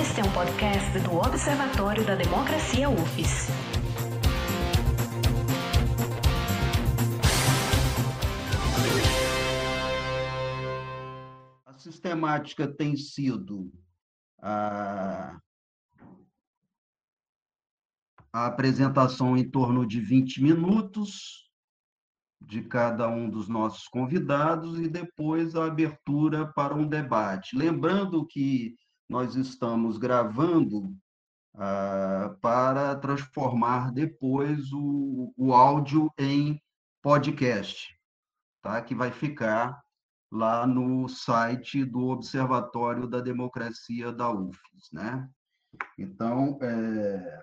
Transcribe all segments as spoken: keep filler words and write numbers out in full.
Este é um podcast do Observatório da Democracia U F E S. A sistemática tem sido a, a apresentação em torno de vinte minutos de cada um dos nossos convidados e depois a abertura para um debate. Lembrando que nós estamos gravando ah, para transformar depois o, o áudio em podcast, tá? Que vai ficar lá no site do Observatório da Democracia da U F E S, né? Então, é,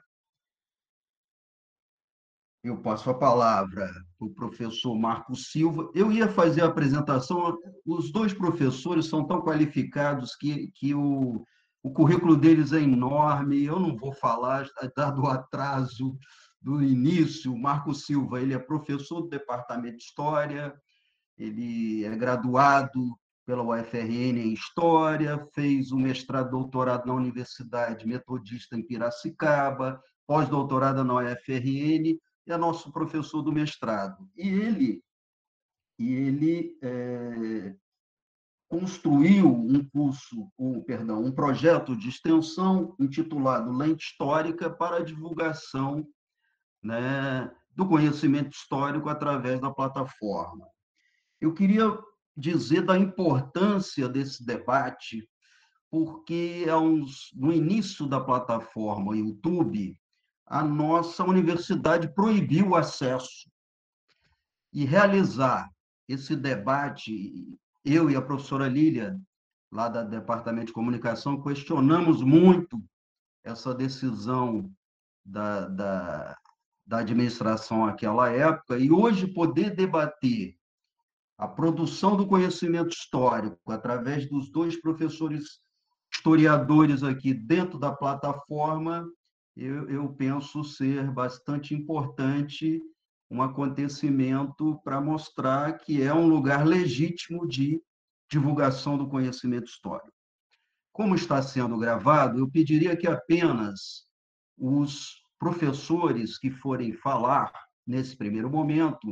eu passo a palavra para o professor Marcos Silva. Eu ia fazer a apresentação, os dois professores são tão qualificados que, que o, o currículo deles é enorme, eu não vou falar, dado o atraso do início. O Marcos Silva, ele é professor do Departamento de História, ele é graduado pela U F R N em História, fez o mestrado e doutorado na Universidade Metodista em Piracicaba, pós-doutorado na U F R N, e é nosso professor do mestrado. E ele, e ele é, construiu um curso, um, perdão, um projeto de extensão intitulado Lente Histórica para a divulgação, né, do conhecimento histórico através da plataforma. Eu queria dizer da importância desse debate, porque no início da plataforma YouTube, a nossa universidade proibiu o acesso. E realizar esse debate, eu e a professora Lília, lá do Departamento de Comunicação, questionamos muito essa decisão da, da, da administração naquela época, e hoje poder debater a produção do conhecimento histórico através dos dois professores historiadores aqui dentro da plataforma, eu, eu penso ser bastante importante, um acontecimento para mostrar que é um lugar legítimo de divulgação do conhecimento histórico. Como está sendo gravado, eu pediria que apenas os professores que forem falar nesse primeiro momento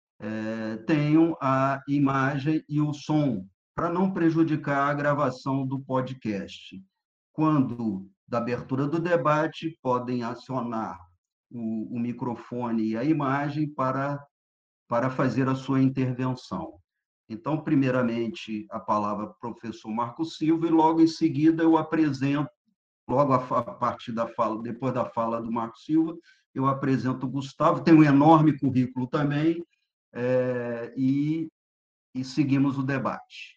tenham a imagem e o som, para não prejudicar a gravação do podcast. Quando da abertura do debate, podem acionar o, o microfone e a imagem para, para fazer a sua intervenção. Então, primeiramente, a palavra para o professor Marcos Silva, e logo em seguida eu apresento, logo a partir da fala, depois da fala do Marcos Silva, eu apresento o Gustavo, tem um enorme currículo também, é, e, e seguimos o debate.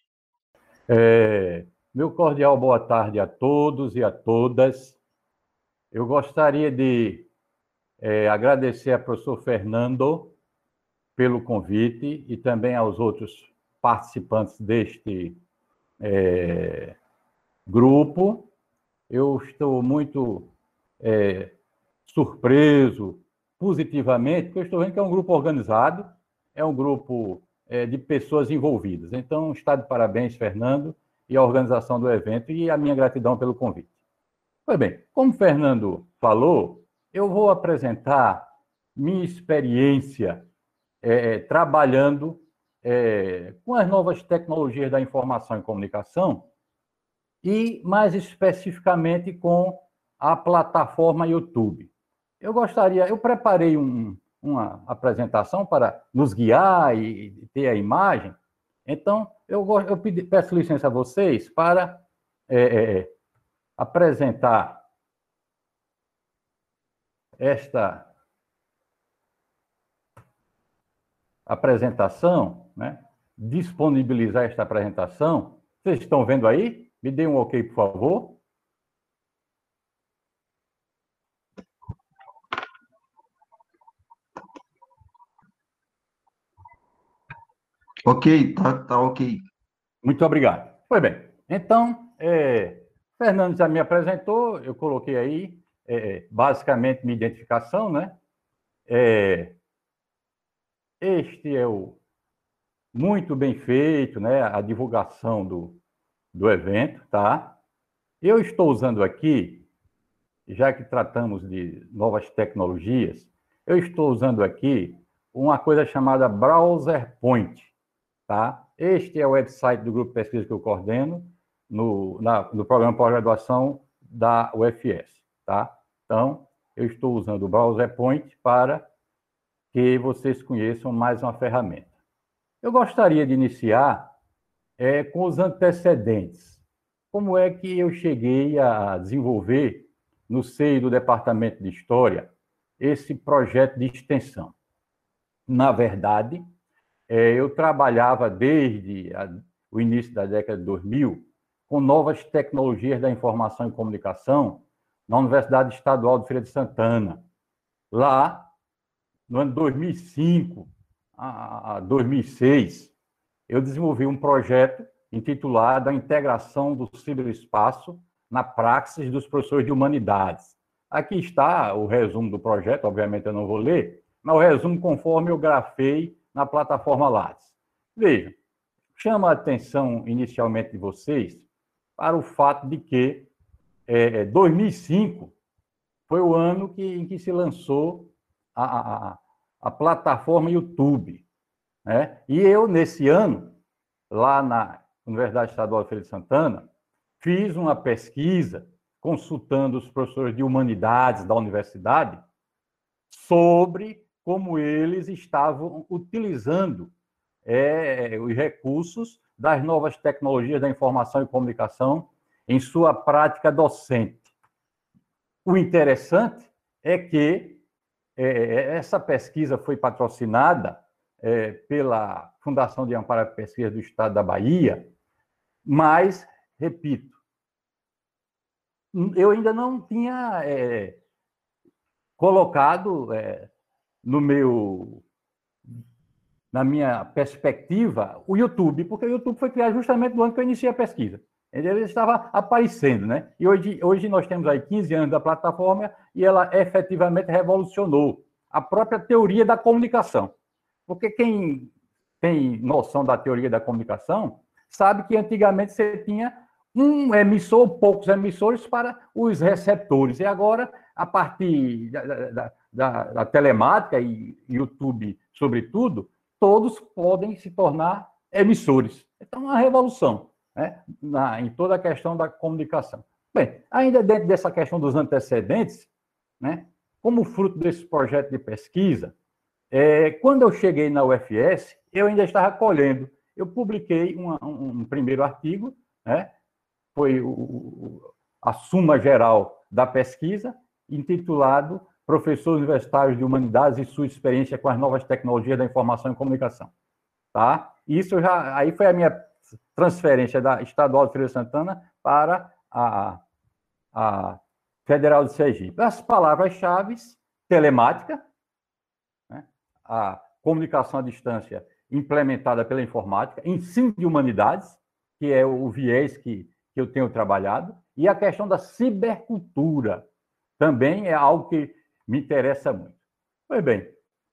É, meu cordial boa tarde a todos e a todas. Eu gostaria de é, agradecer ao professor Fernando pelo convite e também aos outros participantes deste é, grupo. Eu estou muito é, surpreso positivamente, porque eu estou vendo que é um grupo organizado, é um grupo é, de pessoas envolvidas. Então, está de parabéns, Fernando, e a organização do evento, e a minha gratidão pelo convite. Pois bem, como o Fernando falou, eu vou apresentar minha experiência é, trabalhando é, com as novas tecnologias da informação e comunicação, e mais especificamente com a plataforma YouTube. Eu gostaria, eu preparei um, uma apresentação para nos guiar e ter a imagem. Então, eu, eu pedi, peço licença a vocês para é, é, apresentar esta apresentação, né? Disponibilizar esta apresentação. Vocês estão vendo aí? Me deem um ok, por favor. Ok, tá, tá ok. Muito obrigado. Pois bem, então, é, Fernando já me apresentou, eu coloquei aí, é, basicamente, minha identificação, né? É, este é o muito bem feito, né? A divulgação do, do evento, tá? Eu estou usando aqui, já que tratamos de novas tecnologias, eu estou usando aqui uma coisa chamada BrowserPoint, tá? Este é o website do grupo de pesquisa que eu coordeno no, na, no programa de pós-graduação da U F S, tá? Então, eu estou usando o BrowserPoint para que vocês conheçam mais uma ferramenta. Eu gostaria de iniciar é, com os antecedentes. Como é que eu cheguei a desenvolver, no seio do Departamento de História, esse projeto de extensão? Na verdade, é, eu trabalhava desde a, o início da década de dois mil com novas tecnologias da informação e comunicação na Universidade Estadual de Feira de Santana. Lá, no ano dois mil e cinco a dois mil e seis, eu desenvolvi um projeto intitulado A Integração do Ciberespaço na Praxis dos Professores de Humanidades. Aqui está o resumo do projeto, obviamente eu não vou ler, mas o resumo conforme eu grafei na plataforma Lattes. Vejam, chama a atenção inicialmente de vocês para o fato de que é, dois mil e cinco foi o ano que, em que se lançou a, a, a plataforma YouTube, né? E eu, nesse ano, lá na Universidade Estadual de Feira de Santana, fiz uma pesquisa consultando os professores de humanidades da universidade sobre como eles estavam utilizando é, os recursos das novas tecnologias da informação e comunicação em sua prática docente. O interessante é que é, essa pesquisa foi patrocinada é, pela Fundação de Amparo à Pesquisa do Estado da Bahia, mas, repito, eu ainda não tinha é, colocado é, no meu, na minha perspectiva o YouTube, porque o YouTube foi criado justamente no ano que eu iniciei a pesquisa. Ele estava aparecendo, né? E hoje, hoje nós temos aí quinze anos da plataforma e ela efetivamente revolucionou a própria teoria da comunicação. Porque quem tem noção da teoria da comunicação sabe que antigamente você tinha um emissor, poucos emissores para os receptores. E agora, a partir da, da, da, da telemática e YouTube, sobretudo, todos podem se tornar emissores. Então, é uma revolução, né, na, em toda a questão da comunicação. Bem, ainda dentro dessa questão dos antecedentes, né, como fruto desse projeto de pesquisa, é, quando eu cheguei na U F S, eu ainda estava colhendo. Eu publiquei uma, um, um primeiro artigo, né, foi o, a suma geral da pesquisa, intitulado Professores Universitários de Humanidades e sua experiência com as novas tecnologias da informação e comunicação. Tá? Isso já, aí foi a minha transferência da Estadual de Feira de Santana para a, a Federal de Sergipe. As palavras-chave: telemática, né? A comunicação à distância implementada pela informática, ensino de humanidades, que é o viés que, que eu tenho trabalhado, e a questão da cibercultura também é algo que me interessa muito. Pois bem,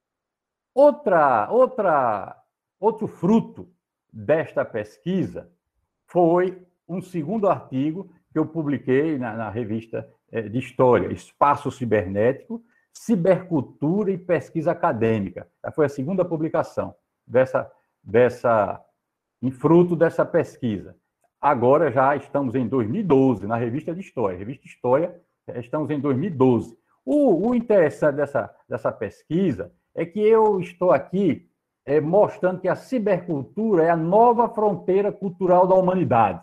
outra, outra, outro fruto desta pesquisa foi um segundo artigo que eu publiquei na, na revista de História, Espaço Cibernético, Cibercultura e Pesquisa Acadêmica. Foi a segunda publicação dessa, dessa, em fruto dessa pesquisa. Agora já estamos em dois mil e doze, na revista de História. Revista de História, estamos em dois mil e doze. O, o interessante dessa, dessa pesquisa é que eu estou aqui é, mostrando que a cibercultura é a nova fronteira cultural da humanidade,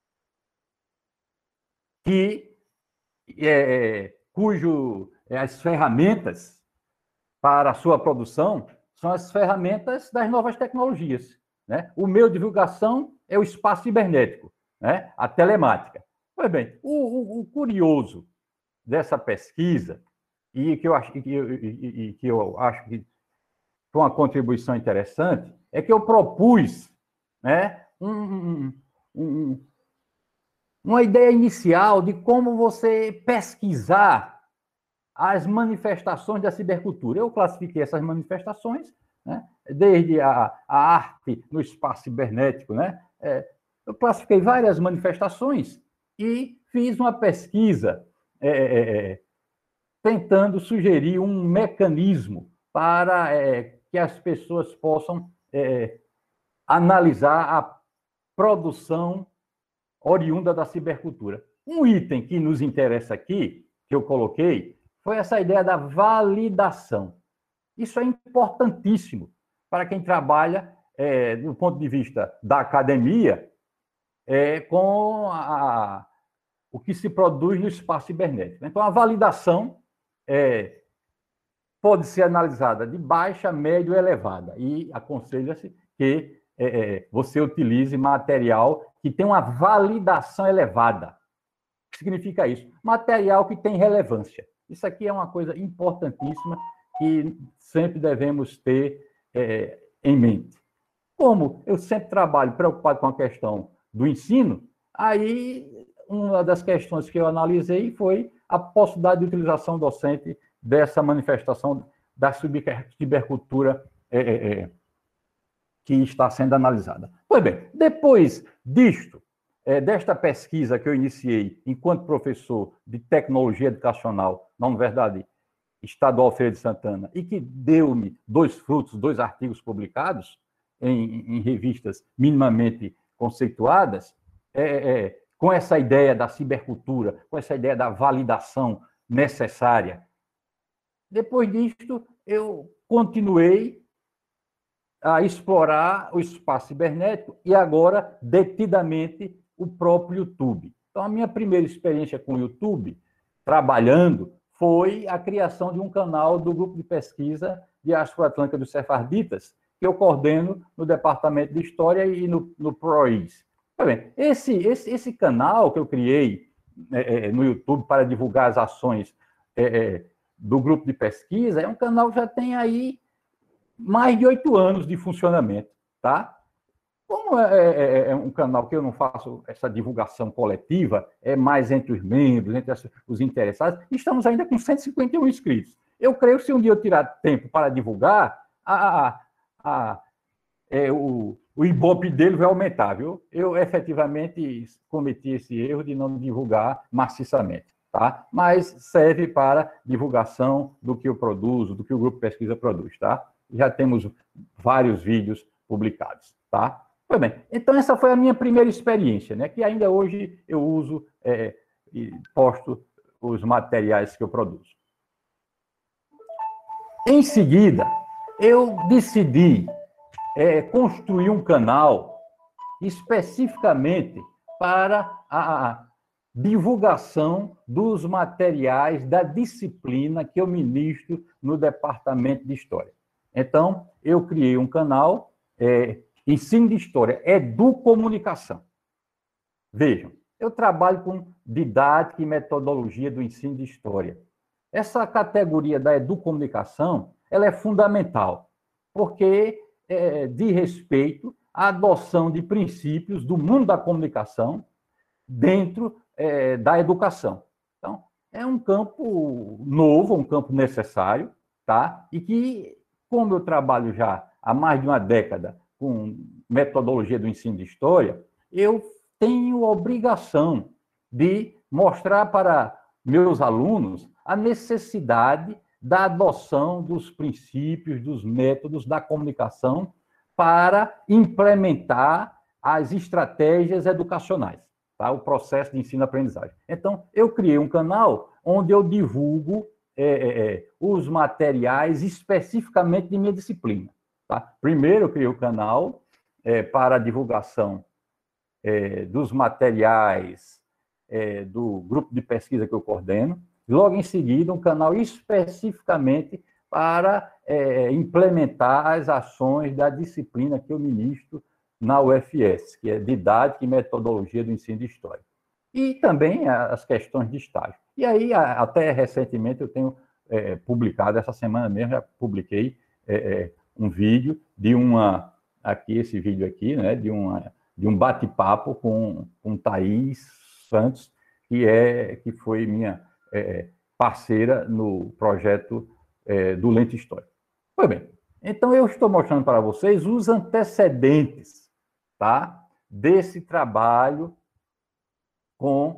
que, é, cujo é, as ferramentas para a sua produção são as ferramentas das novas tecnologias, né? O meio de divulgação é o espaço cibernético, né? A telemática. Pois bem, o, o, o curioso dessa pesquisa, e que eu acho que, e, e, que eu acho que foi uma contribuição interessante, é que eu propus, né, um, um, uma ideia inicial de como você pesquisar as manifestações da cibercultura. Eu classifiquei essas manifestações, né, desde a, a arte no espaço cibernético, né, é, eu classifiquei várias manifestações e fiz uma pesquisa é, é, tentando sugerir um mecanismo para é, que as pessoas possam é, analisar a produção oriunda da cibercultura. Um item que nos interessa aqui, que eu coloquei, foi essa ideia da validação. Isso é importantíssimo para quem trabalha, é, do ponto de vista da academia, é, com a, o que se produz no espaço cibernético. Então, a validação é, pode ser analisada de baixa, média ou elevada, e aconselha-se que é, é, você utilize material que tem uma validação elevada. O que significa isso? Material que tem relevância. Isso aqui é uma coisa importantíssima que sempre devemos ter é, em mente. Como eu sempre trabalho preocupado com a questão do ensino, aí uma das questões que eu analisei foi a possibilidade de utilização docente dessa manifestação da cibercultura é, é, que está sendo analisada. Pois bem, depois disto, é, desta pesquisa que eu iniciei enquanto professor de tecnologia educacional na Universidade Estadual Feira de Santana e que deu-me dois frutos, dois artigos publicados em, em revistas minimamente conceituadas, é, é, com essa ideia da cibercultura, com essa ideia da validação necessária. Depois disto, eu continuei a explorar o espaço cibernético e agora, detidamente, o próprio YouTube. Então, a minha primeira experiência com o YouTube, trabalhando, foi a criação de um canal do grupo de pesquisa Diáspora Atlântica dos Sefarditas, que eu coordeno no Departamento de História e no, no PROIS. Tá bem, esse, esse, esse canal que eu criei é, no YouTube para divulgar as ações é, do grupo de pesquisa é um canal que já tem aí mais de oito anos de funcionamento, tá? Como é, é, é um canal que eu não faço essa divulgação coletiva, é mais entre os membros, entre os interessados, estamos ainda com cento e cinquenta e um inscritos. Eu creio que se um dia eu tirar tempo para divulgar, a, a, a, é, o, o Ibope dele vai aumentar, viu? Eu efetivamente cometi esse erro de não divulgar maciçamente, tá? Mas serve para divulgação do que eu produzo, do que o grupo de pesquisa produz, tá? Já temos vários vídeos publicados, tá? Pois bem, então essa foi a minha primeira experiência, né? Que ainda hoje eu uso é, e posto os materiais que eu produzo. Em seguida, eu decidi é, construir um canal especificamente para a divulgação dos materiais da disciplina que eu ministro no Departamento de História. Então, eu criei um canal, é, Ensino de História, Educomunicação. Vejam, eu trabalho com didática e metodologia do ensino de História. Essa categoria da educomunicação, ela é fundamental, porque é, diz respeito à adoção de princípios do mundo da comunicação dentro é, da educação. Então, é um campo novo, um campo necessário, tá? E que, como eu trabalho já há mais de uma década com metodologia do ensino de história, eu tenho obrigação de mostrar para meus alunos a necessidade da adoção dos princípios, dos métodos da comunicação para implementar as estratégias educacionais, tá? O processo de ensino-aprendizagem. Então, eu criei um canal onde eu divulgo é, é, os materiais especificamente de minha disciplina. Tá? Primeiro, eu criei o canal é, para a divulgação é, dos materiais é, do grupo de pesquisa que eu coordeno. Logo em seguida, um canal especificamente para é, implementar as ações da disciplina que eu ministro na U F S, que é Didática e Metodologia do Ensino de História. E também as questões de estágio. E aí, até recentemente, eu tenho é, publicado, essa semana mesmo, já publiquei é, é, um vídeo de uma, aqui, esse vídeo aqui, né, de, uma, de um bate-papo com, com Thaís Santos, que, é, que foi minha é, parceira no projeto é, do Lente História. Pois bem, então eu estou mostrando para vocês os antecedentes, tá, desse trabalho com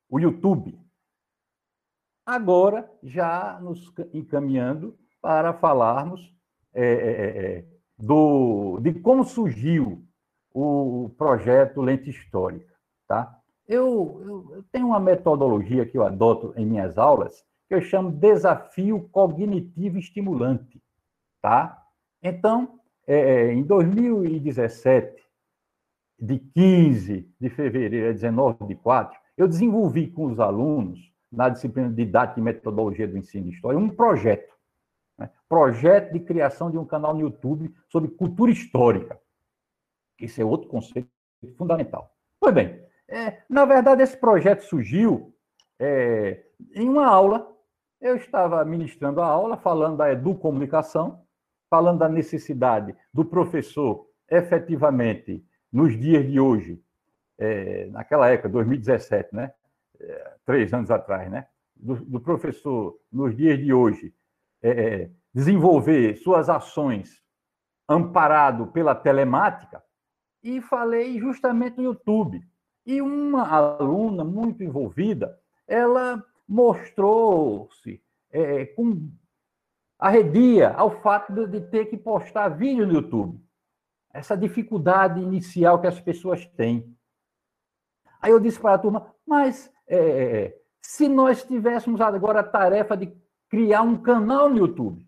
o YouTube. Agora, já nos encaminhando para falarmos é, é, do, de como surgiu o projeto Lente Histórica. Tá? Eu, eu, eu tenho uma metodologia que eu adoto em minhas aulas, que eu chamo desafio cognitivo estimulante. Tá? Então, é, em dois mil e dezessete, de quinze de fevereiro a dezenove de quatro, eu desenvolvi com os alunos, na disciplina de Didática e Metodologia do Ensino de História, um projeto. Né? Projeto de criação de um canal no YouTube sobre cultura histórica. Esse é outro conceito fundamental. Pois bem, é, na verdade, esse projeto surgiu é, em uma aula. Eu estava ministrando a aula, falando da educomunicação, falando da necessidade do professor, efetivamente, nos dias de hoje, é, naquela época, dois mil e dezessete, né? É, três anos atrás, né? Do, do professor, nos dias de hoje, é, desenvolver suas ações amparado pela telemática, e falei justamente no YouTube. E uma aluna muito envolvida, ela mostrou-se é, com arredia ao fato de, de ter que postar vídeo no YouTube. Essa dificuldade inicial que as pessoas têm. Aí eu disse para a turma, mas é, se nós tivéssemos agora a tarefa de criar um canal no YouTube?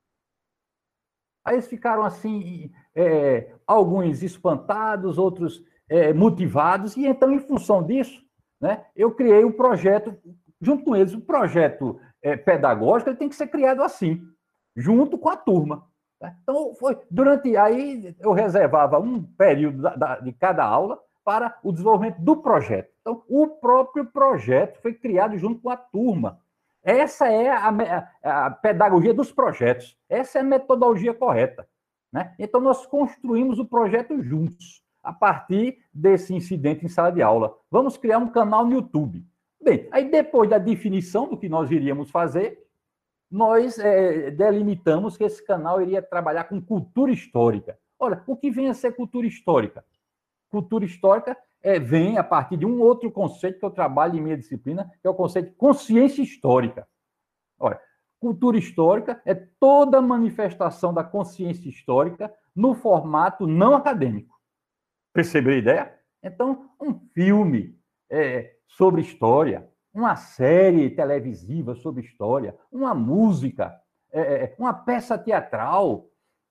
Aí eles ficaram assim, é, alguns espantados, outros é, motivados, e então, em função disso, né, eu criei um projeto, junto com eles, um projeto é, pedagógico, ele tem que ser criado assim, junto com a turma. Né? Então, foi, durante aí, eu reservava um período da, da, de cada aula para o desenvolvimento do projeto. Então, o próprio projeto foi criado junto com a turma. Essa é a, a, a pedagogia dos projetos. Essa é a metodologia correta. Né? Então, nós construímos o projeto juntos, a partir desse incidente em sala de aula. Vamos criar um canal no YouTube. Bem, aí depois da definição do que nós iríamos fazer, nós é, delimitamos que esse canal iria trabalhar com cultura histórica. Olha, o que vem a ser cultura histórica? Cultura histórica é, vem a partir de um outro conceito que eu trabalho em minha disciplina, que é o conceito de consciência histórica. Olha, cultura histórica é toda manifestação da consciência histórica no formato não acadêmico. Percebeu a ideia? Então, um filme é, sobre história, uma série televisiva sobre história, uma música, é, uma peça teatral,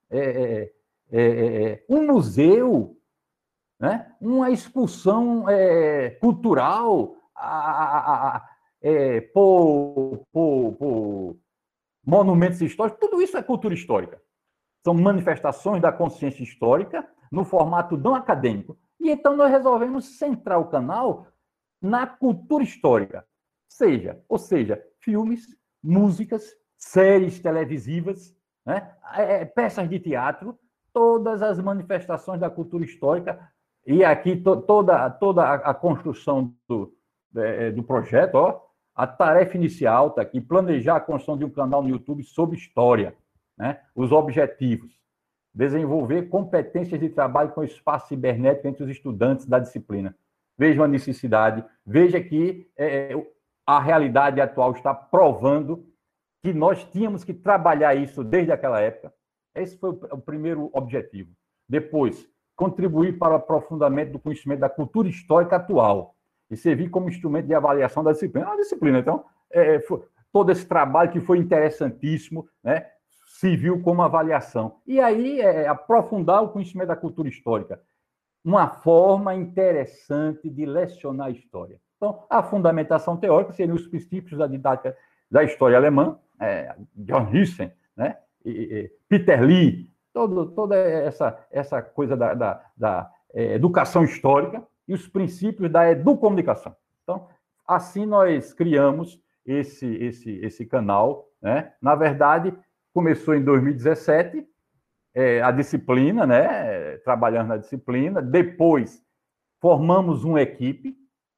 é, é, é, um museu, né? Uma excursão é, cultural a, a, a, é, por, por, por monumentos históricos, tudo isso é cultura histórica. São manifestações da consciência histórica no formato não acadêmico. E então nós resolvemos centrar o canal na cultura histórica, seja, ou seja, filmes, músicas, séries televisivas, né? é, peças de teatro, todas as manifestações da cultura histórica. E aqui to, toda, toda a, a construção do, é, do projeto, ó, a tarefa inicial está aqui, planejar a construção de um canal no YouTube sobre história, né? Os objetivos, desenvolver competências de trabalho com espaço cibernético entre os estudantes da disciplina. Veja a necessidade, veja que é, a realidade atual está provando que nós tínhamos que trabalhar isso desde aquela época. Esse foi o, o primeiro objetivo. Depois, contribuir para o aprofundamento do conhecimento da cultura histórica atual e servir como instrumento de avaliação da disciplina. É uma disciplina, então, é, foi, todo esse trabalho que foi interessantíssimo, né, serviu como avaliação. E aí, é, aprofundar o conhecimento da cultura histórica. Uma forma interessante de lecionar a história. Então, a fundamentação teórica seriam os princípios da didática da história alemã, é, John Hyssen, né, e, e Peter Lee, Todo, toda essa, essa coisa da, da, da é, educação histórica e os princípios da educomunicação. Então, assim nós criamos esse, esse, esse canal. Né? Na verdade, começou em dois mil e dezessete, é, a disciplina, né? Trabalhando na disciplina. Depois, formamos uma equipe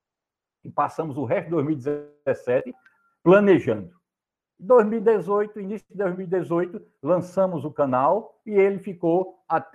e passamos o resto de dois mil e dezessete planejando. Em dois mil e dezoito, início de dois mil e dezoito, lançamos o canal e ele ficou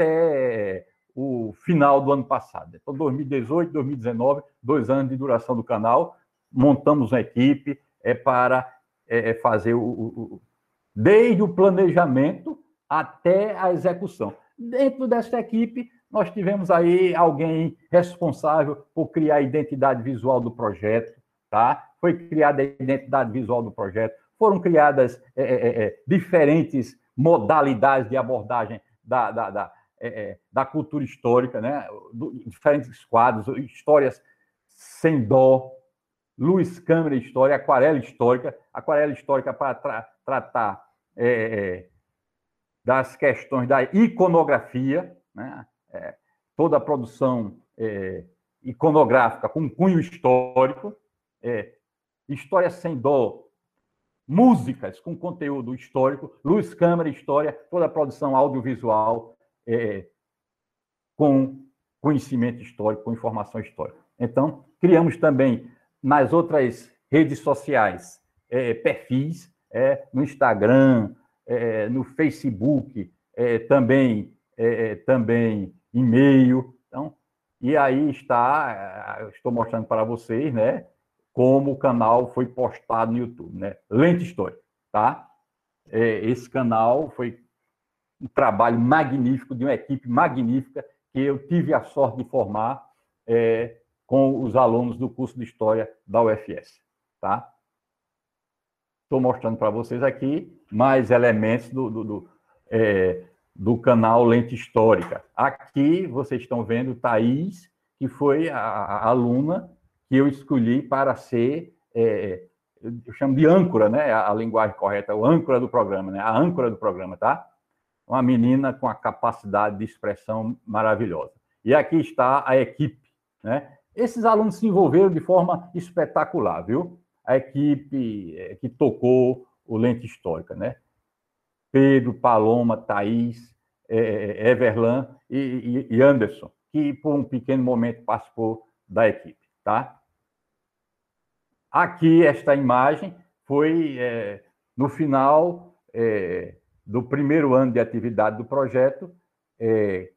até o final do ano passado. Então, dois mil e dezoito, dois mil e dezenove, dois anos de duração do canal, montamos uma equipe é, para é, fazer o, o, desde o planejamento até a execução. Dentro dessa equipe, nós tivemos aí alguém responsável por criar a identidade visual do projeto, tá? Foi criada a identidade visual do projeto, foram criadas é, é, é, diferentes modalidades de abordagem da, da, da, é, da cultura histórica, né? Do, diferentes quadros, histórias sem dó, luz, câmera, história, aquarela histórica, aquarela histórica para tra tratar é, é, das questões da iconografia, né? É, toda a produção é, iconográfica com cunho histórico, é, história sem dó, músicas com conteúdo histórico, luz, câmera, história, toda a produção audiovisual é, com conhecimento histórico, com informação histórica. Então, criamos também nas outras redes sociais é, perfis, é, no Instagram, é, no Facebook, é, também, é, também e-mail. Então, e aí está, estou mostrando para vocês, né, como o canal foi postado no YouTube, né? Lente Histórica, tá? É, esse canal foi um trabalho magnífico, de uma equipe magnífica, que eu tive a sorte de formar é, com os alunos do curso de História da U F S, tá? Estou mostrando para vocês aqui mais elementos do, do, do, é, do canal Lente Histórica. Aqui vocês estão vendo Thaís, que foi a, a aluna que eu escolhi para ser, é, eu chamo de âncora, né? A, a linguagem correta, o âncora do programa, né? A âncora do programa, tá? Uma menina com a capacidade de expressão maravilhosa. E aqui está a equipe, né? Esses alunos se envolveram de forma espetacular, viu? A equipe é, que tocou o Lente Histórica, né? Pedro, Paloma, Thaís, é, Everlan e, e, e Anderson, que por um pequeno momento participou da equipe, tá? Aqui, esta imagem foi é, no final é, do primeiro ano de atividade do projeto. É,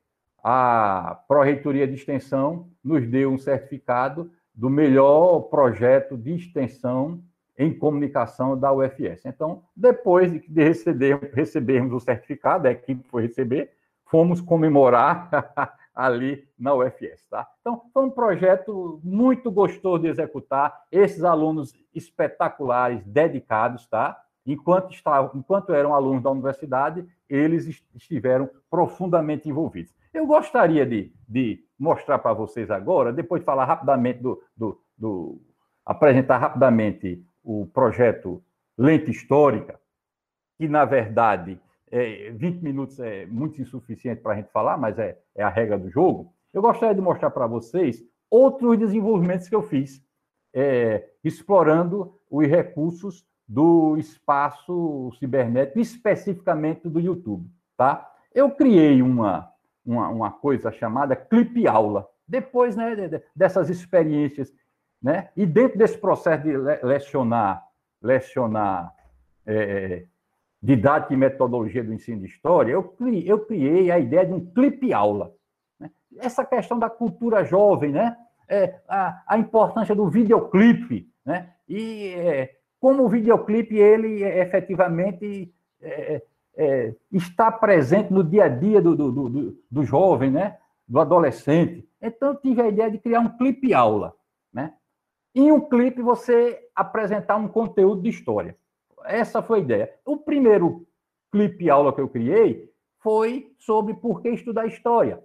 a Pró-Reitoria de Extensão nos deu um certificado do melhor projeto de extensão em comunicação da U F S. Então, depois de receber, recebermos o certificado, a equipe foi receber, fomos comemorar ali na U F S, tá? Então, foi um projeto muito gostoso de executar, esses alunos espetaculares, dedicados, tá? Enquanto, estavam, enquanto eram alunos da universidade, eles estiveram profundamente envolvidos. Eu gostaria de, de mostrar para vocês agora, depois de falar rapidamente do, do, do... apresentar rapidamente o projeto Lente Histórica, que, na verdade, é, vinte minutos é muito insuficiente para a gente falar, mas é, é a regra do jogo. Eu gostaria de mostrar para vocês outros desenvolvimentos que eu fiz, é, explorando os recursos do espaço cibernético, especificamente do YouTube, tá? Eu criei uma, uma, uma coisa chamada Clipe Aula, depois, né, dessas experiências, né? E dentro desse processo de lecionar, lecionar é, didática e metodologia do ensino de história, eu criei, eu criei a ideia de um clipe aula, né? Essa questão da cultura jovem, né? É, a, a importância do videoclipe, né? E é, como o videoclipe, ele é, efetivamente é, é, está presente no dia a dia do, do, do, do jovem, né? Do adolescente. Então, eu tive a ideia de criar um clipe aula, né? Em um clipe, você apresentar um conteúdo de história. Essa foi a ideia. O primeiro clipe aula que eu criei foi sobre por que estudar história.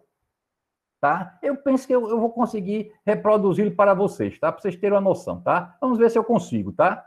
Tá? Eu penso que eu, eu vou conseguir reproduzir para vocês, tá? Para vocês terem uma noção, tá? Vamos ver se eu consigo, tá?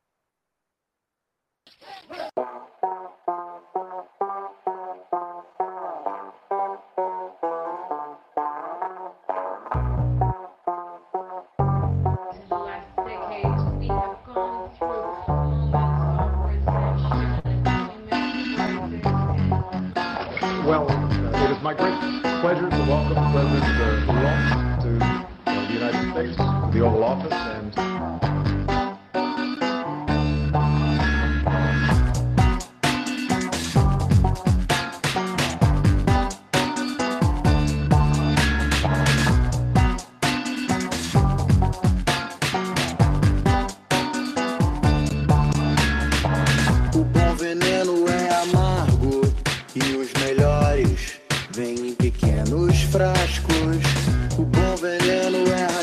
Well, it is my great pleasure to welcome President uh, Hollande to uh, the United States, to the Oval Office, and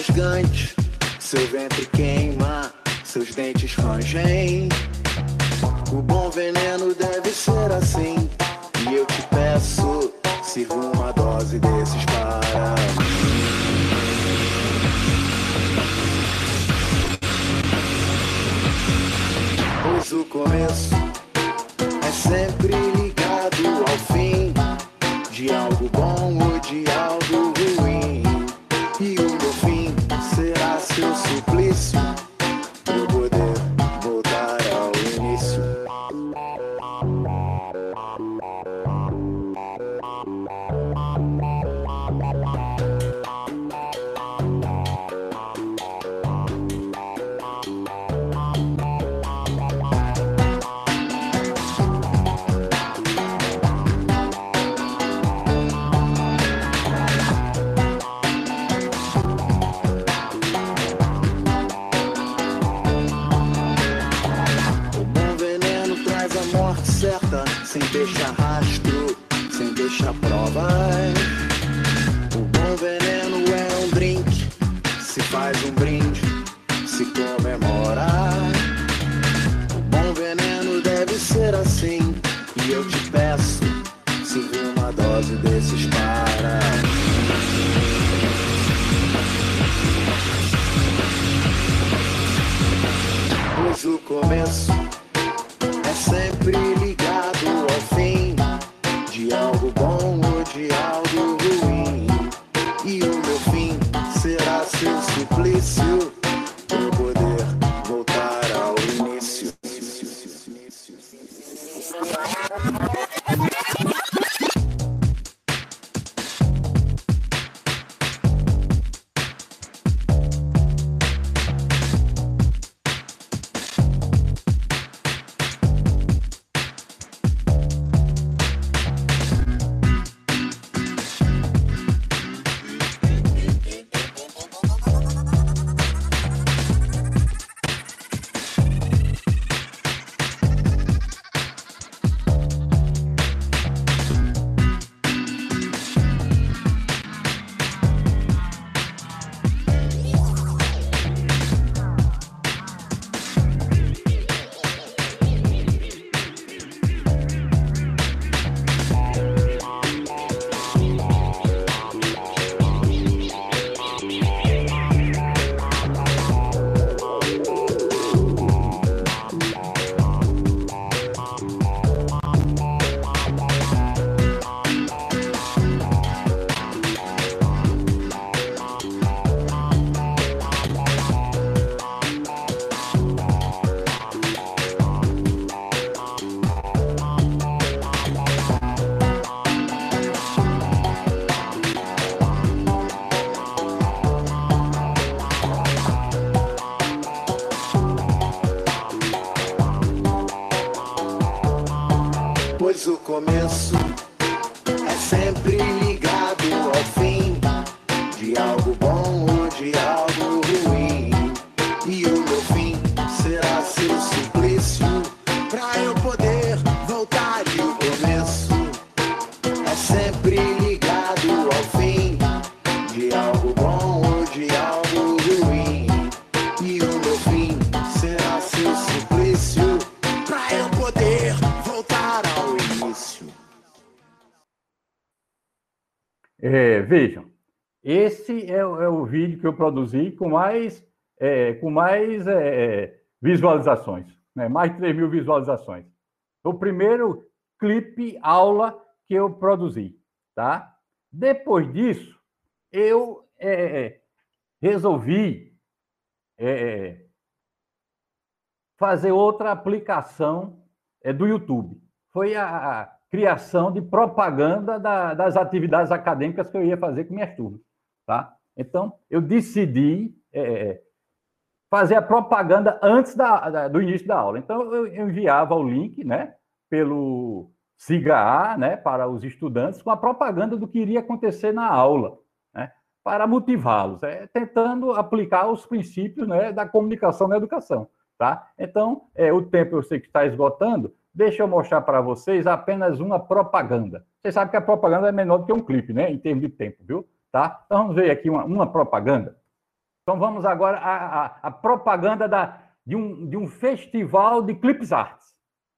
rasgante, seu ventre queima, seus dentes rangem. O bom veneno deve ser assim, e eu te peço, sirva uma dose desses para mim. Pois o começo é sempre ligado ao fim de algo bom ou de algo ruim. E o meu fim será seu suplício, pra eu poder voltar ao início. Sem deixar rastro, sem deixar provas. O bom veneno é um drink, se faz um brinde, se comemora. O bom veneno deve ser assim, e eu te peço, sirva uma dose desses para mim. Pois o começo é sempre ligado ao fim de algo bom ou de algo ruim. E o meu fim será seu suplício, pra eu poder voltar ao início. Pois o começo é sempre ligado ao fim de algo bom ou de algo ruim. E o meu fim será seu suplício, pra eu poder voltar. E o começo é sempre ligado ao fim de algo bom ou de algo ruim. E o meu fim será seu suplício, pra eu poder voltar ao início. É, vejam, esse é, o- é o vídeo que eu produzi com mais, é, com mais é, visualizações, né? Mais de três mil visualizações. O primeiro clipe aula que eu produzi, tá? Depois disso, eu é, resolvi é, fazer outra aplicação é, do YouTube. Foi a, a criação de propaganda da- das atividades acadêmicas que eu ia fazer com minhas turmas, tá? Então, eu decidi é, fazer a propaganda antes da- da- do início da aula. Então, eu eu enviava o link, né, pelo SIGA-A, né, para os estudantes, com a propaganda do que iria acontecer na aula, né, para motivá-los, é, tentando aplicar os princípios, né, da comunicação na educação, tá? Então, é, o tempo eu sei que está esgotando, deixa eu mostrar para vocês apenas uma propaganda. Vocês sabem que a propaganda é menor do que um clipe, né, em termos de tempo, viu? Tá? Então, vamos ver aqui uma, uma propaganda. Então vamos agora à, à, à propaganda da, de, um, de um festival de clips arts.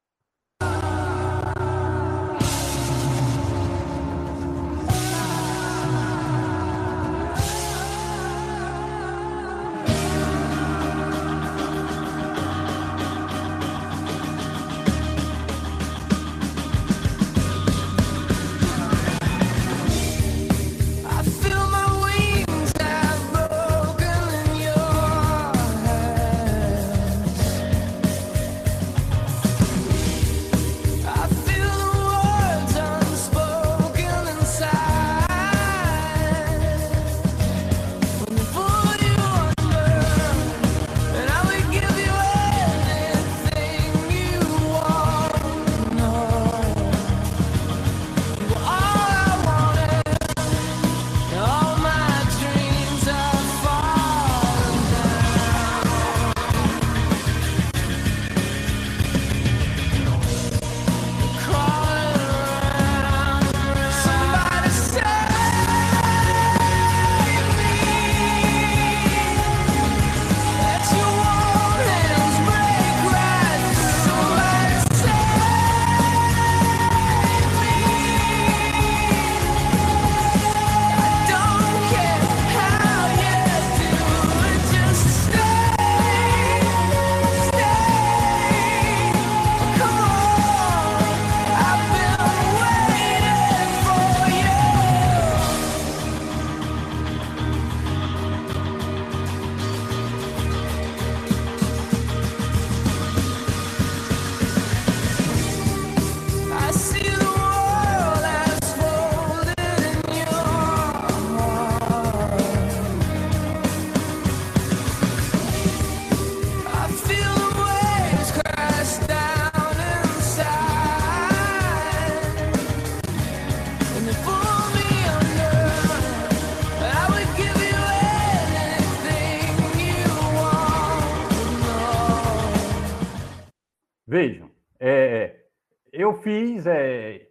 Vejam, é, eu fiz é,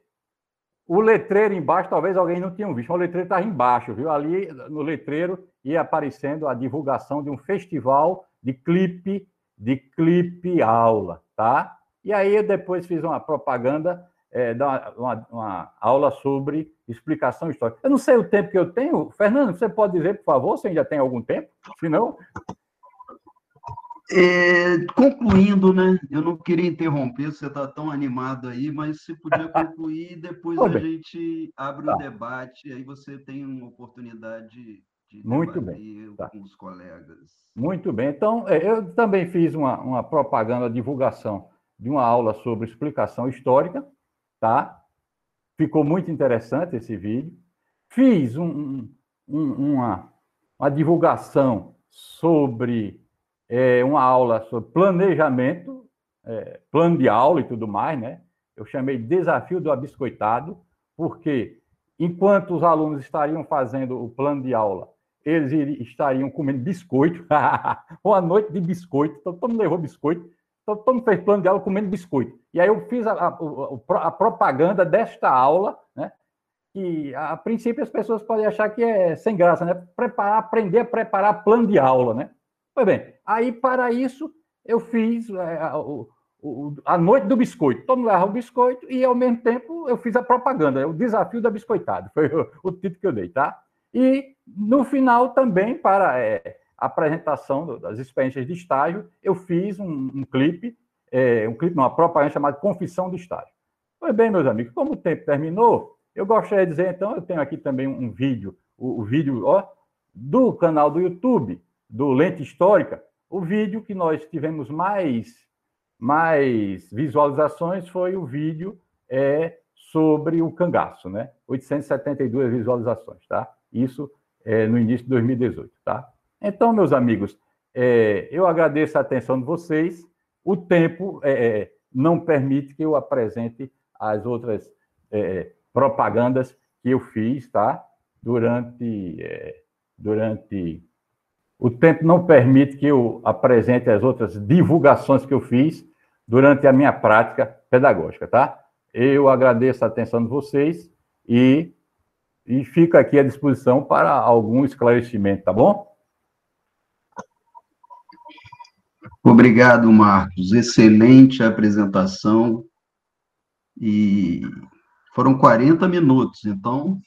o letreiro embaixo, talvez alguém não tenha visto, mas o letreiro estava embaixo, viu? Ali no letreiro ia aparecendo a divulgação de um festival de clipe, de clipe aula, tá? E aí eu depois fiz uma propaganda, é, uma, uma aula sobre explicação histórica. Eu não sei o tempo que eu tenho. Fernando, você pode dizer, por favor, se ainda tem algum tempo? Se não... É, concluindo, né? Eu não queria interromper, você está tão animado aí, mas se podia concluir, depois Tudo a bem. gente abre Tá. o debate, aí você tem uma oportunidade de Muito debater bem. Tá. com os colegas. Muito bem. Então, é, eu também fiz uma, uma propaganda, divulgação de uma aula sobre explicação histórica, tá? Ficou muito interessante esse vídeo. Fiz um, um, uma, uma divulgação sobre é, uma aula sobre planejamento, é, plano de aula e tudo mais, né? Eu chamei de Desafio do Abiscoitado, porque enquanto os alunos estariam fazendo o plano de aula, eles estariam comendo biscoito, uma noite de biscoito, então todo mundo levou biscoito, então todo mundo fez plano de aula comendo biscoito. E aí eu fiz a, a, a propaganda desta aula, né? Que a princípio as pessoas podem achar que é sem graça, né? Preparar, aprender a preparar plano de aula, né? Pois bem, aí para isso eu fiz é, a, o, a noite do biscoito. Todo mundo levava o biscoito e ao mesmo tempo eu fiz a propaganda, o desafio da biscoitada, foi o, o título que eu dei, tá? E no final também, para é, a apresentação das experiências de estágio, eu fiz um, um clipe, é, um clipe, não, uma propaganda chamada Confissão do Estágio. Pois bem, meus amigos, como o tempo terminou, eu gostaria de dizer, então, eu tenho aqui também um vídeo, o, o vídeo ó, do canal do YouTube, do Lente Histórica. O vídeo que nós tivemos mais, mais visualizações foi o vídeo é, sobre o cangaço, né? oitocentas e setenta e duas visualizações, tá? Isso é, no início de dois mil e dezoito, tá? Então, meus amigos, é, eu agradeço a atenção de vocês. O tempo é, não permite que eu apresente as outras é, propagandas que eu fiz, tá? Durante, é, durante... O tempo não permite que eu apresente as outras divulgações que eu fiz durante a minha prática pedagógica, tá? Eu agradeço a atenção de vocês e e fico aqui à disposição para algum esclarecimento, tá bom? Obrigado, Marcos. Excelente apresentação. E foram quarenta minutos, então.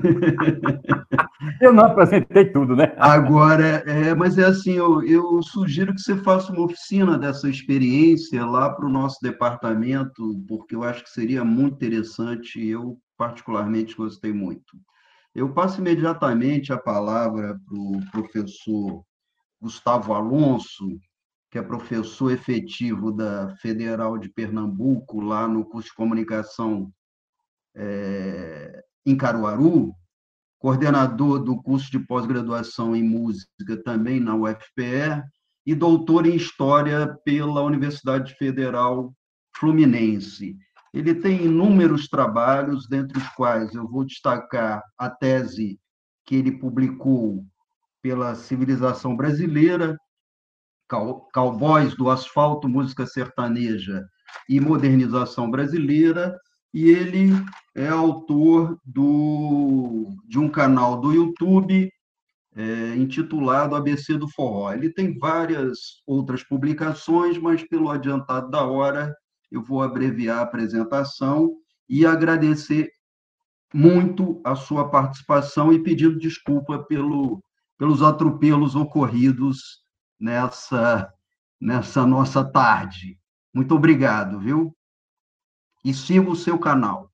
Eu não apresentei tudo, né? Agora, é, mas é assim, eu, eu sugiro que você faça uma oficina dessa experiência lá para o nosso departamento, porque eu acho que seria muito interessante e eu, particularmente, gostei muito. Eu passo imediatamente a palavra para o professor Gustavo Alonso, que é professor efetivo da Federal de Pernambuco, lá no curso de comunicação é, em Caruaru, coordenador do curso de pós-graduação em música também na U F P E e doutor em História pela Universidade Federal Fluminense. Ele tem inúmeros trabalhos, dentre os quais eu vou destacar a tese que ele publicou pela Civilização Brasileira, Cowboys do Asfalto, Música Sertaneja e Modernização Brasileira, e ele é autor do, de um canal do YouTube é, intitulado A B C do Forró. Ele tem várias outras publicações, mas pelo adiantado da hora eu vou abreviar a apresentação e agradecer muito a sua participação e pedindo desculpa pelo, pelos atropelos ocorridos nessa, nessa nossa tarde. Muito obrigado, viu? E siga o seu canal.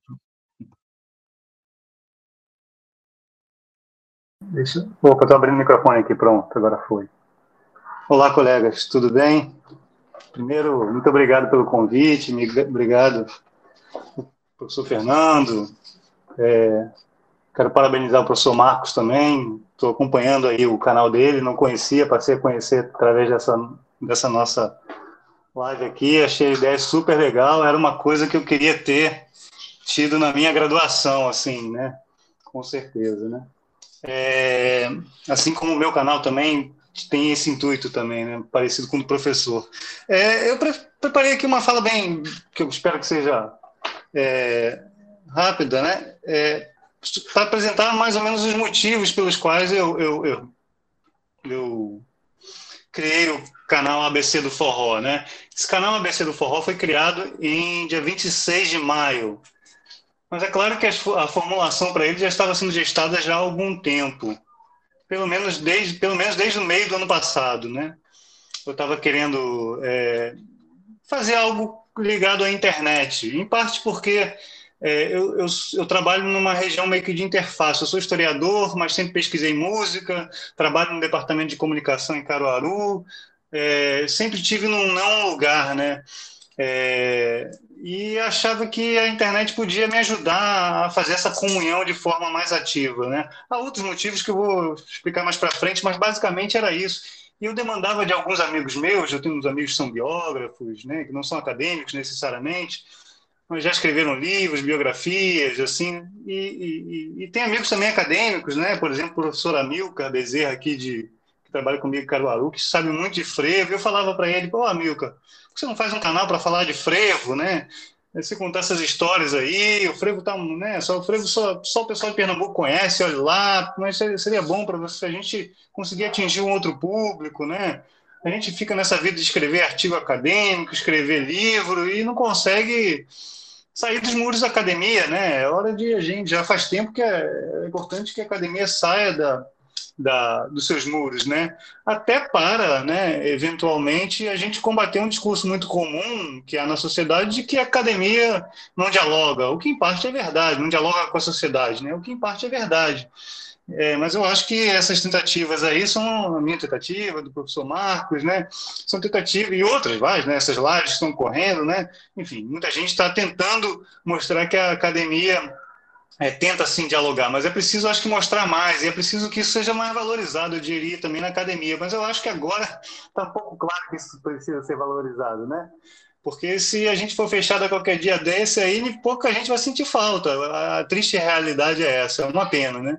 Deixa... Opa, estou abrindo o microfone aqui, pronto, agora foi. Olá, colegas, tudo bem? Primeiro, muito obrigado pelo convite, obrigado, professor Fernando. É, quero parabenizar o professor Marcos também, estou acompanhando aí o canal dele, não conhecia, passei a conhecer através dessa, dessa nossa live aqui, achei a ideia super legal, era uma coisa que eu queria ter tido na minha graduação, assim, né? Com certeza, né? É, assim como o meu canal também tem esse intuito também, né? Parecido com o do professor. É, eu pre preparei aqui uma fala bem, que eu espero que seja é, rápida, né? É, para apresentar mais ou menos os motivos pelos quais eu, eu, eu, eu criei o canal A B C do Forró, né? Esse canal A B C do Forró foi criado em dia vinte e seis de maio. Mas é claro que a formulação para ele já estava sendo gestada já há algum tempo. Pelo menos desde, pelo menos desde o meio do ano passado, né? Eu estava querendo é, fazer algo ligado à internet. Em parte porque é, eu, eu, eu trabalho numa região meio que de interface. Eu sou historiador, mas sempre pesquisei música, trabalho no departamento de comunicação em Caruaru, é, sempre tive num não lugar, né? É, e achava que a internet podia me ajudar a fazer essa comunhão de forma mais ativa, né? Há outros motivos que eu vou explicar mais para frente, mas basicamente era isso. E eu demandava de alguns amigos meus, eu tenho uns amigos que são biógrafos, né, que não são acadêmicos necessariamente, mas já escreveram livros, biografias, assim, e, e, e tem amigos também acadêmicos, né? Por exemplo, o professor Amilcar Bezerra, aqui de, que trabalha comigo em Caruaru, que sabe muito de frevo, e eu falava para ele, pô, Amilcar, por que você não faz um canal para falar de frevo, né? Você contar essas histórias aí, o frevo tá, né? Só o frevo só, só o pessoal de Pernambuco conhece, olha lá, mas seria bom para você a gente conseguir atingir um outro público, né? A gente fica nessa vida de escrever artigo acadêmico, escrever livro e não consegue sair dos muros da academia, né? É hora de a gente, já faz tempo que é, é importante que a academia saia da, da, dos seus muros, né? Até para, né, eventualmente, a gente combater um discurso muito comum que há na sociedade de que a academia não dialoga, o que em parte é verdade, não dialoga com a sociedade, né? O que em parte é verdade. É, mas eu acho que essas tentativas aí são a minha tentativa, do professor Marcos, né? São tentativas, e outras várias, né? Essas lives que estão correndo, né? Enfim, muita gente está tentando mostrar que a academia é, tenta, sim, dialogar, mas é preciso, acho que, mostrar mais, e é preciso que isso seja mais valorizado, eu diria, também na academia. Mas eu acho que agora está um pouco claro que isso precisa ser valorizado, né? Porque se a gente for fechado a qualquer dia desse, aí pouca gente vai sentir falta. A triste realidade é essa, é uma pena, né?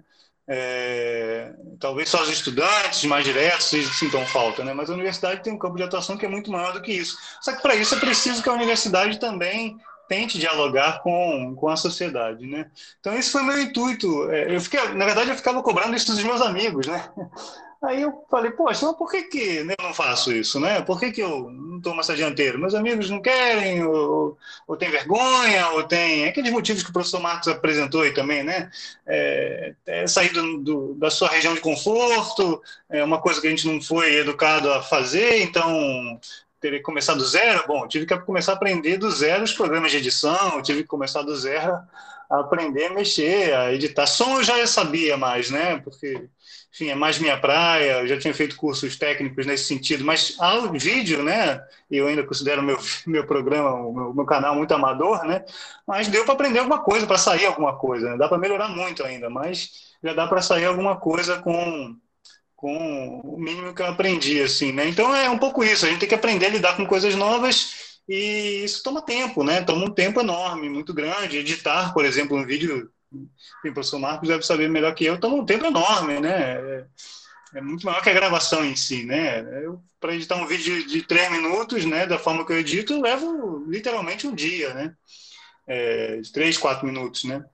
É, talvez só os estudantes mais diretos sintam falta, né? Mas a universidade tem um campo de atuação que é muito maior do que isso. Só que para isso é preciso que a universidade também tente dialogar com, com a sociedade, né? Então esse foi o meu intuito. Eu fiquei, na verdade, eu ficava cobrando isso dos meus amigos, né? Aí eu falei, poxa, mas por que, que eu não faço isso, né? Por que, que eu não tomo essa dianteira? Meus amigos não querem, ou, ou tem vergonha, ou tem aqueles motivos que o professor Marcos apresentou aí também, né? É, é sair do, do, da sua região de conforto, é uma coisa que a gente não foi educado a fazer, então teria que começar do zero. Bom, tive que começar a aprender do zero os programas de edição, tive que começar do zero a aprender a mexer, a editar. Som eu já sabia mais, né? Porque, enfim, é mais minha praia, eu já tinha feito cursos técnicos nesse sentido, mas ao vídeo, né? Eu ainda considero meu meu programa, o meu, meu canal muito amador, né? Mas deu para aprender alguma coisa, para sair alguma coisa, né? Dá para melhorar muito ainda, mas já dá para sair alguma coisa com com o mínimo que eu aprendi, assim, né? Então é um pouco isso, a gente tem que aprender a lidar com coisas novas e isso toma tempo, né? Toma um tempo enorme, muito grande. Editar, por exemplo, um vídeo, o professor Marcos deve saber melhor que eu, toma um tempo enorme, né? É, é muito maior que a gravação em si, né? Para editar um vídeo de, de três minutos, né? Da forma que eu edito, eu levo literalmente um dia, né? É, de três, quatro minutos, né?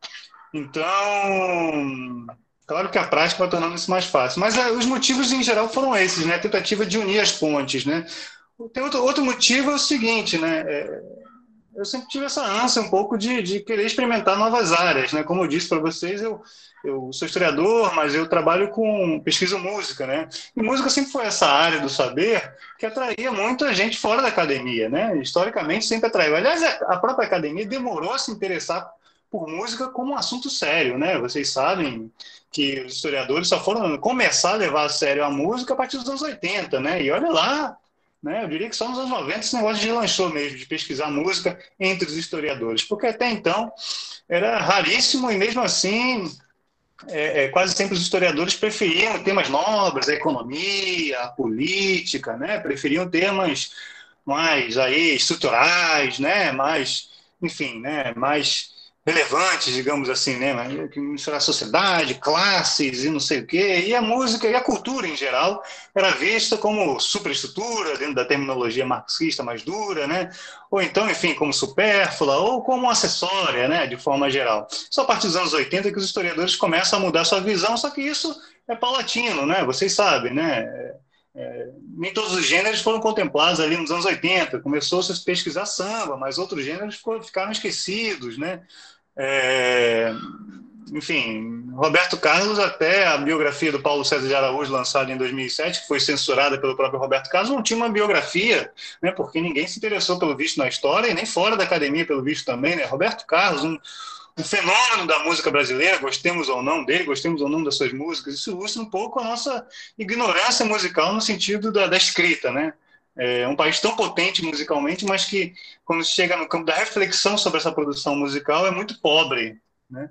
Então... Claro que a prática vai tornando isso mais fácil. Mas uh, os motivos, em geral, foram esses, né? A tentativa de unir as pontes, né? Tem outro, outro motivo, é o seguinte, né? É, eu sempre tive essa ânsia um pouco de, de querer experimentar novas áreas, né? Como eu disse para vocês, eu, eu sou historiador, mas eu trabalho com pesquisa música, né? E música sempre foi essa área do saber que atraía muita gente fora da academia, né? Historicamente, sempre atraiu. Aliás, a própria academia demorou a se interessar por música como um assunto sério, né? Vocês sabem que os historiadores só foram começar a levar a sério a música a partir dos anos oitenta, né? E olha lá, né? Eu diria que só nos anos noventa esse negócio deslanchou mesmo, de pesquisar música entre os historiadores, porque até então era raríssimo e mesmo assim é, é, quase sempre os historiadores preferiam temas nobres, a economia, a política, né? Preferiam temas mais aí estruturais, né? Mais, enfim, né? Mais relevantes, digamos assim, né? Que misturar a sociedade, classes e não sei o quê. E a música e a cultura, em geral, era vista como superestrutura, dentro da terminologia marxista mais dura, né? Ou então, enfim, como supérflua, ou como acessória, né? De forma geral. Só a partir dos anos oitenta que os historiadores começam a mudar sua visão, só que isso é paulatino, né? Vocês sabem, né? É, nem todos os gêneros foram contemplados ali nos anos oitenta. Começou-se a pesquisar samba, mas outros gêneros ficaram esquecidos, né? É, enfim, Roberto Carlos, até a biografia do Paulo César de Araújo, lançada em dois mil e sete, que foi censurada pelo próprio Roberto Carlos, não tinha uma biografia, né? Porque ninguém se interessou pelo visto na história e nem fora da academia pelo visto também, né? Roberto Carlos, um um fenômeno da música brasileira, gostemos ou não dele, gostemos ou não das suas músicas, isso ilustra um pouco a nossa ignorância musical no sentido da, da escrita, né? É um país tão potente musicalmente, mas que, quando chega no campo da reflexão sobre essa produção musical, é muito pobre, né?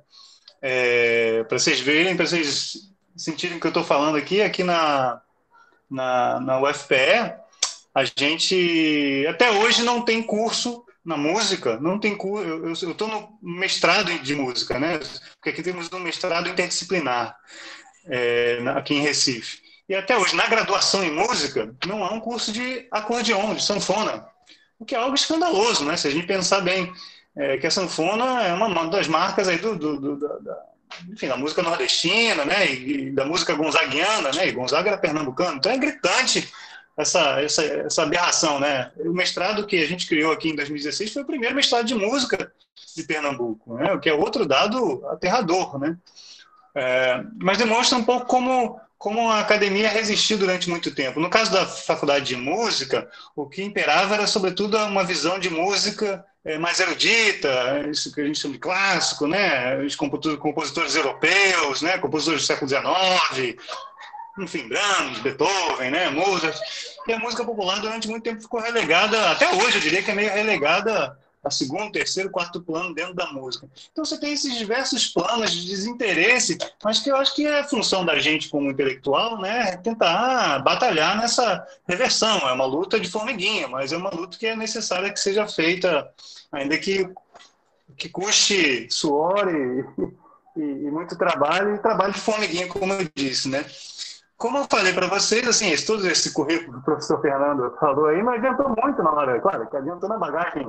É, para vocês verem, para vocês sentirem o que eu estou falando aqui, aqui na, na, na U F P E, a gente até hoje não tem curso na música, não tem curso. Eu estou no mestrado de música, né? Porque aqui temos um mestrado interdisciplinar, é, aqui em Recife. E até hoje, na graduação em música, não há um curso de acordeon, de sanfona, o que é algo escandaloso, né? Se a gente pensar bem, é, que a sanfona é uma das marcas aí do, do, do, da, da, enfim, da música nordestina, né? E, e da música gonzaguiana, né? E Gonzaga era pernambucano, então é gritante essa, essa, essa aberração, né? O mestrado que a gente criou aqui em dois mil e dezesseis foi o primeiro mestrado de música de Pernambuco, né? O que é outro dado aterrador, né? É, mas demonstra um pouco como, como a academia resistiu durante muito tempo. No caso da faculdade de música, o que imperava era, sobretudo, uma visão de música é, mais erudita, isso que a gente chama de clássico, né? Os compositores europeus, né? Compositores do século dezenove, enfim, Brahms, Beethoven, né? Mozart. E a música popular durante muito tempo ficou relegada, até hoje eu diria que é meio relegada a segundo, terceiro, quarto plano dentro da música. Então você tem esses diversos planos de desinteresse, mas que eu acho que é função da gente como intelectual, né, tentar batalhar nessa reversão. É uma luta de formiguinha, mas é uma luta que é necessária que seja feita, ainda que, que custe suor e, e, e muito trabalho, e trabalho de formiguinha, como eu disse, né. Como eu falei para vocês, assim, esse, todo esse currículo que o professor Fernando falou aí, não adiantou muito na hora, claro, que adiantou na bagagem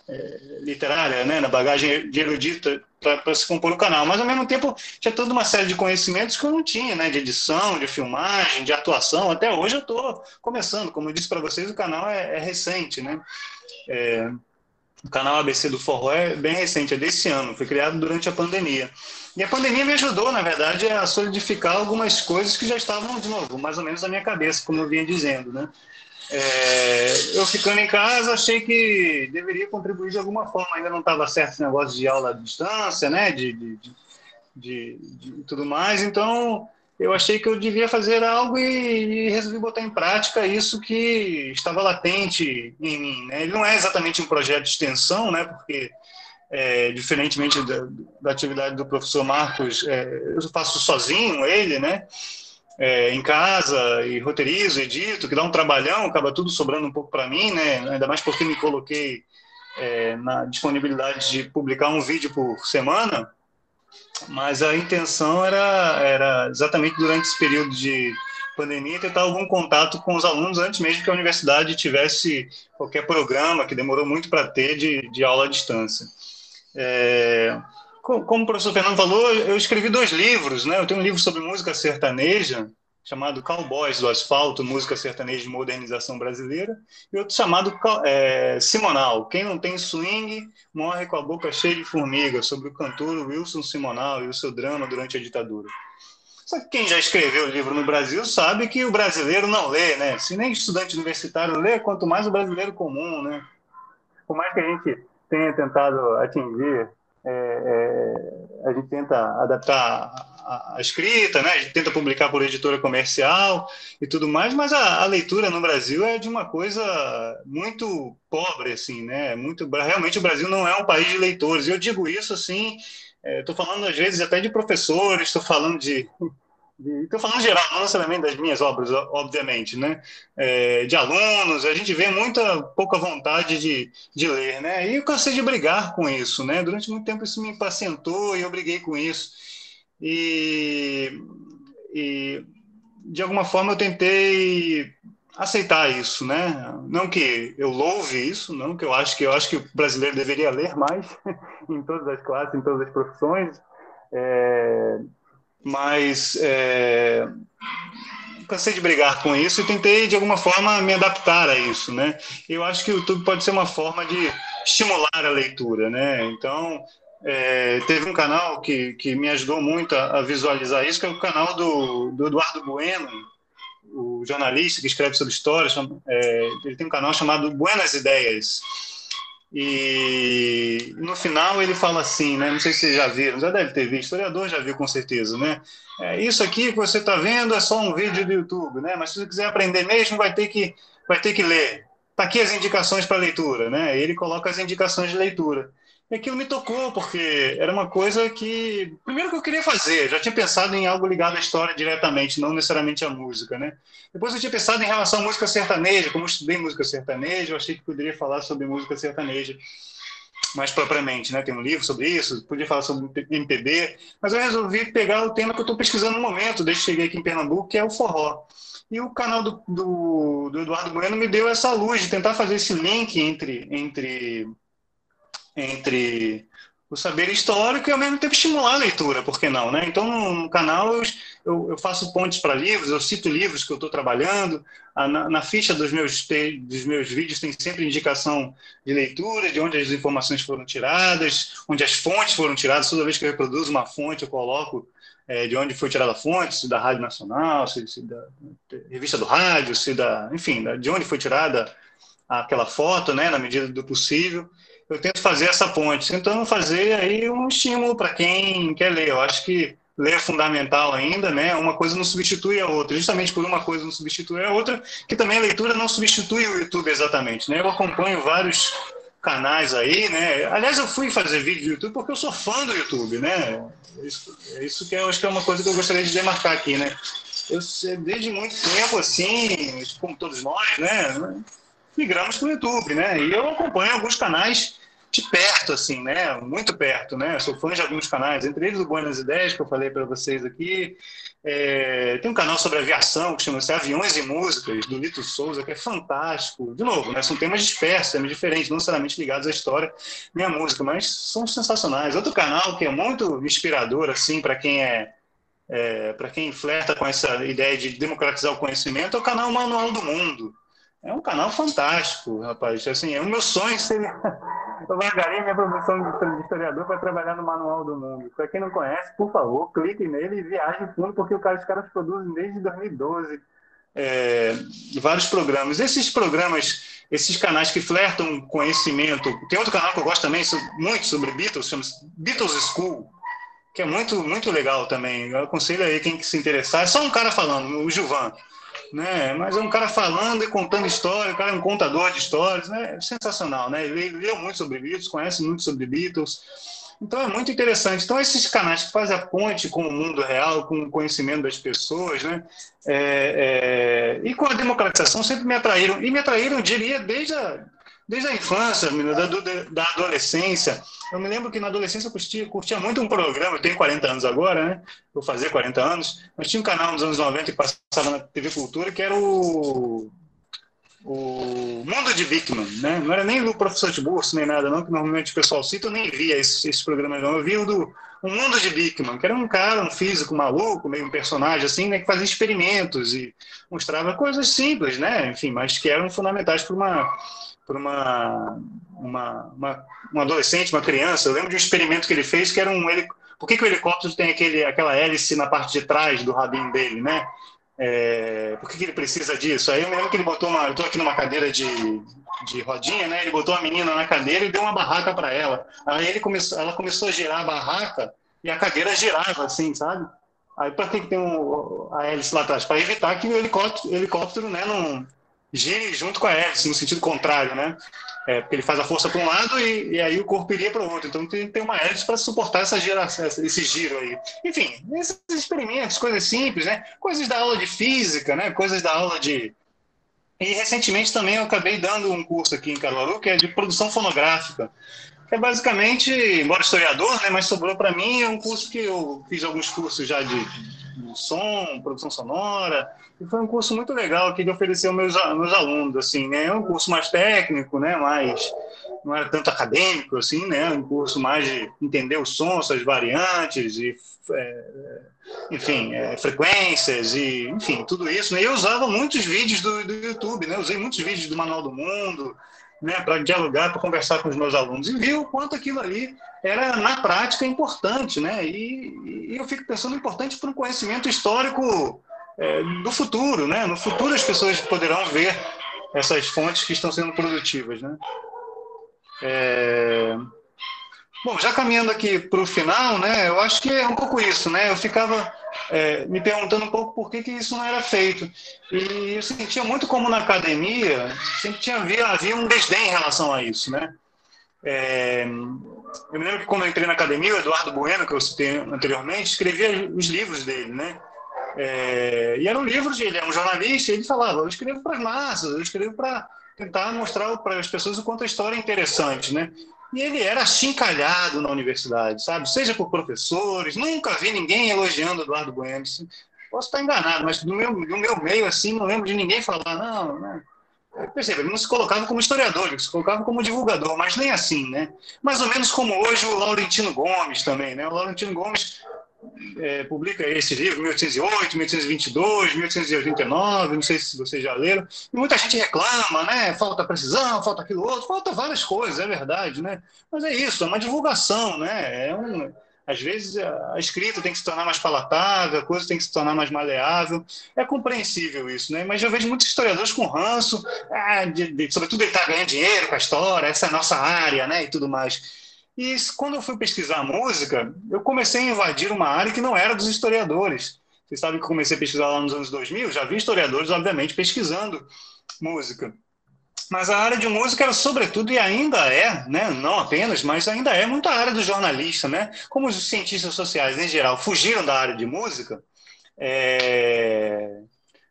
é, literária, né, na bagagem de erudita para se compor o canal, mas ao mesmo tempo tinha toda uma série de conhecimentos que eu não tinha, né, de edição, de filmagem, de atuação. Até hoje eu estou começando, como eu disse para vocês, o canal é, é recente, né? É, o canal A B C do Forró é bem recente, é desse ano, foi criado durante a pandemia. E a pandemia me ajudou, na verdade, a solidificar algumas coisas que já estavam, de novo, mais ou menos na minha cabeça, como eu vinha dizendo, né? É, eu ficando em casa, achei que deveria contribuir de alguma forma. Ainda não estava certo esse negócio de aula à distância, né? De, de, de, de, de tudo mais. Então, eu achei que eu devia fazer algo e, e resolvi botar em prática isso que estava latente em mim, né? Ele não é exatamente um projeto de extensão, né? Porque É, diferentemente da, da atividade do professor Marcos, é, eu faço sozinho ele, né, é, em casa, e roteirizo, edito, que dá um trabalhão, acaba tudo sobrando um pouco para mim, né, ainda mais porque me coloquei é, na disponibilidade de publicar um vídeo por semana, mas a intenção era, era exatamente durante esse período de pandemia tentar algum contato com os alunos antes mesmo que a universidade tivesse qualquer programa, que demorou muito para ter, de, de aula à distância. É, como o professor Fernando falou, eu escrevi dois livros, né? Eu tenho um livro sobre música sertaneja, chamado Cowboys do Asfalto, Música Sertaneja de Modernização Brasileira, e outro chamado é, Simonal, Quem Não Tem Swing Morre com a Boca Cheia de Formiga, sobre o cantor Wilson Simonal e o seu drama durante a ditadura. Só que quem já escreveu o livro no Brasil sabe que o brasileiro não lê, né? Se nem estudante universitário lê, quanto mais o brasileiro comum, né? Por mais que a gente tenha tentado atingir, é, é, a gente tenta adaptar a, a escrita, né? A gente tenta publicar por editora comercial e tudo mais, mas a, a leitura no Brasil é de uma coisa muito pobre, assim, né? Muito, realmente o Brasil não é um país de leitores. E eu digo isso, assim, estou é, falando às vezes até de professores, estou falando de... Estou falando em geral, não necessariamente das minhas obras, obviamente, né? É, de alunos, a gente vê muita pouca vontade de, de ler, né? E eu cansei de brigar com isso, né? Durante muito tempo isso me impacientou e eu briguei com isso. E, e de alguma forma eu tentei aceitar isso, né? Não que eu louve isso, não que eu acho que eu acho que o brasileiro deveria ler mais em todas as classes, em todas as profissões. É, mas é, cansei de brigar com isso e tentei, de alguma forma, me adaptar a isso, né? Eu acho que o YouTube pode ser uma forma de estimular a leitura, né? Então, é, teve um canal que, que me ajudou muito a, a visualizar isso, que é o canal do, do Eduardo Bueno, o jornalista que escreve sobre história. É, ele tem um canal chamado Buenas Ideias. E no final ele fala assim, né? Não sei se vocês já viram, já deve ter visto, historiador já viu com certeza, né? É, isso aqui que você está vendo é só um vídeo do YouTube, né? Mas se você quiser aprender mesmo, vai ter que, vai ter que ler. Está aqui as indicações para leitura, né? Ele coloca as indicações de leitura. E aquilo me tocou, porque era uma coisa que, primeiro que eu queria fazer, já tinha pensado em algo ligado à história diretamente, não necessariamente à música, né? Depois eu tinha pensado em relação à música sertaneja, como eu estudei música sertaneja, eu achei que poderia falar sobre música sertaneja mais propriamente, né? Tem um livro sobre isso, podia falar sobre M P B, mas eu resolvi pegar o tema que eu estou pesquisando no momento, desde que cheguei aqui em Pernambuco, que é o forró. E o canal do, do, do Eduardo Bueno me deu essa luz de tentar fazer esse link entre... entre entre o saber histórico e, ao mesmo tempo, estimular a leitura, por que não, né? Então, no canal, eu, eu, eu faço pontes para livros, eu cito livros que eu estou trabalhando, a, na, na ficha dos meus, dos meus vídeos tem sempre indicação de leitura, de onde as informações foram tiradas, onde as fontes foram tiradas. Toda vez que eu reproduzo uma fonte, eu coloco é, de onde foi tirada a fonte, se da Rádio Nacional, se, se da Revista do Rádio, se da, enfim, de onde foi tirada aquela foto, né, na medida do possível. Eu tento fazer essa ponte, tentando fazer aí um estímulo para quem quer ler. Eu acho que ler é fundamental ainda, né? Uma coisa não substitui a outra. Justamente por uma coisa não substitui a outra, que também a leitura não substitui o YouTube exatamente, né? Eu acompanho vários canais aí, né? Aliás, eu fui fazer vídeo no YouTube porque eu sou fã do YouTube, né? Isso, isso que eu acho que é uma coisa que eu gostaria de demarcar aqui, né? Eu, desde muito tempo, assim, como todos nós, né? migramos para o YouTube, né? E eu acompanho alguns canais de perto, assim, né? Muito perto, né? Eu sou fã de alguns canais, entre eles o Buenas Ideias, que eu falei para vocês aqui. É, tem um canal sobre aviação que chama-se Aviões e Músicas, do Lito Souza, que é fantástico. De novo, né? São temas dispersos, temas diferentes, não necessariamente ligados à história nem à música, mas são sensacionais. Outro canal que é muito inspirador, assim, para quem é É, para quem flerta com essa ideia de democratizar o conhecimento, é o canal Manual do Mundo. É um canal fantástico, rapaz. Assim, é o meu sonho seria... Eu largarei minha profissão de historiador para trabalhar no Manual do Mundo. Para quem não conhece, por favor, clique nele e viaje fundo, porque o cara, os caras produzem desde dois mil e doze é, vários programas. Esses programas, esses canais que flertam com conhecimento... Tem outro canal que eu gosto também muito sobre Beatles, chama-se Beatles School, que é muito, muito legal também. Eu aconselho aí quem se interessar. É só um cara falando, o Gilvan, né? Mas é um cara falando e contando história, o cara é um contador de histórias, né? É sensacional, né? Ele leu muito sobre Beatles, conhece muito sobre Beatles. Então é muito interessante. Então esses canais que fazem a ponte com o mundo real, com o conhecimento das pessoas, né? É, é... E com a democratização sempre me atraíram. E me atraíram, eu diria, desde a... Desde a infância, da, da adolescência. Eu me lembro que na adolescência eu curtia, curtia muito um programa, eu tenho quarenta anos agora, né? Vou fazer quarenta anos, mas tinha um canal nos anos noventa que passava na T V Cultura, que era o, o Mundo de Bickman, né? Não era nem do Professor Tiburcio, nem nada, não, que normalmente o pessoal cita, eu nem via esses, esses programas, não. Eu via o do o Mundo de Bickman, que era um cara, um físico maluco, meio um personagem assim, né? Que fazia experimentos e mostrava coisas simples, né? Enfim, mas que eram fundamentais para uma... para uma, uma, uma, um adolescente, uma criança. Eu lembro de um experimento que ele fez, que era um... Ele, por que, que o helicóptero tem aquele, aquela hélice na parte de trás do rabinho dele, né? É, por que, que ele precisa disso? Aí eu me lembro que ele botou uma... Eu estou aqui numa cadeira de, de rodinha, né? Ele botou a menina na cadeira e deu uma barraca para ela. Aí ele começou, ela começou a girar a barraca e a cadeira girava, assim, sabe? Aí para que, que tem um, a hélice lá atrás? Para evitar que o helicóptero, helicóptero né, não... gire junto com a hélice, no sentido contrário, né? É, porque ele faz a força para um lado e, e aí o corpo iria para o outro. Então tem, tem uma hélice para suportar essa geração, esse giro aí. Enfim, esses experimentos, coisas simples, né? Coisas da aula de física, né? Coisas da aula de... E recentemente também eu acabei dando um curso aqui em Caruaru, que é de produção fonográfica. Que é basicamente, embora historiador, né? Mas sobrou para mim, é um curso que eu fiz alguns cursos já de... de som, produção sonora, e foi um curso muito legal que ele ofereceu aos meus, meus alunos, assim, né? É um curso mais técnico, né? Mais, não era tanto acadêmico, assim, né? Um curso mais de entender o som, suas variantes, e, é, enfim, é, frequências, e, enfim, tudo isso, né? E eu usava muitos vídeos do, do YouTube, né? Usei muitos vídeos do Manual do Mundo, né, para dialogar, para conversar com os meus alunos, e vi o quanto aquilo ali era, na prática, importante, né? E, e eu fico pensando importante para um conhecimento histórico é, do futuro, né? No futuro as pessoas poderão ver essas fontes que estão sendo produtivas, né? É... Bom, já caminhando aqui para o final, né? Eu acho que é um pouco isso, né? Eu ficava é, me perguntando um pouco por que, que isso não era feito. E eu sentia muito como na academia, sempre tinha, havia, havia um desdém em relação a isso, né? É, eu me lembro que quando eu entrei na academia, o Eduardo Bueno, que eu citei anteriormente, escrevia os livros dele, né? É, e eram livros, ele é um jornalista, e ele falava, eu escrevo para as massas, eu escrevo para tentar mostrar para as pessoas o quanto a história é interessante, né? E ele era achincalhado na universidade, sabe? Seja por professores, nunca vi ninguém elogiando Eduardo Bueno. Posso estar enganado, mas do meu, do meu meio, assim, não lembro de ninguém falar, não, não. Perceba, ele não se colocava como historiador, ele se colocava como divulgador, mas nem assim, né? Mais ou menos como hoje o Laurentino Gomes também, né? O Laurentino Gomes é, publica esse livro, mil oitocentos e oito, mil oitocentos e vinte e dois, mil oitocentos e oitenta e nove, não sei se vocês já leram, e muita gente reclama, né? Falta precisão, falta aquilo outro, falta várias coisas, é verdade, né? Mas é isso, é uma divulgação, né? É um... Às vezes a escrita tem que se tornar mais palatável, a coisa tem que se tornar mais maleável. É compreensível isso, né? Mas eu vejo muitos historiadores com ranço, ah, de, de, sobretudo ele está ganhando dinheiro com a história, essa é a nossa área, né? E tudo mais. E quando eu fui pesquisar música, eu comecei a invadir uma área que não era dos historiadores. Vocês sabem que eu comecei a pesquisar lá nos anos dois mil, já vi historiadores, obviamente, pesquisando música. Mas a área de música era, sobretudo, e ainda é, né, não apenas, mas ainda é muito a área do jornalista, né? Como os cientistas sociais, em geral, fugiram da área de música, é...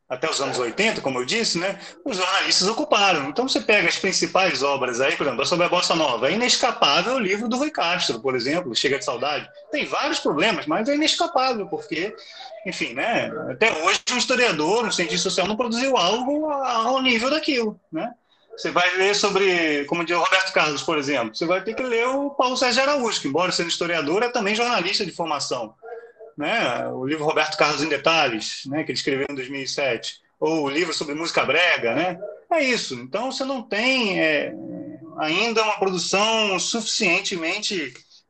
até os anos oitenta, como eu disse, né, os jornalistas ocuparam. Então você pega as principais obras aí, por exemplo, sobre a Bossa Nova, é inescapável o livro do Rui Castro, por exemplo, Chega de Saudade. Tem vários problemas, mas é inescapável, porque, enfim, né, até hoje um historiador, um cientista social não produziu algo ao nível daquilo, né? Você vai ler sobre, como diz o Roberto Carlos, por exemplo, você vai ter que ler o Paulo Sérgio Araújo, que, embora sendo historiador, é também jornalista de formação. Né? O livro Roberto Carlos em Detalhes, né? Que ele escreveu em dois mil e sete, ou o livro sobre música brega, né? É isso. Então, você não tem é, ainda uma produção suficientemente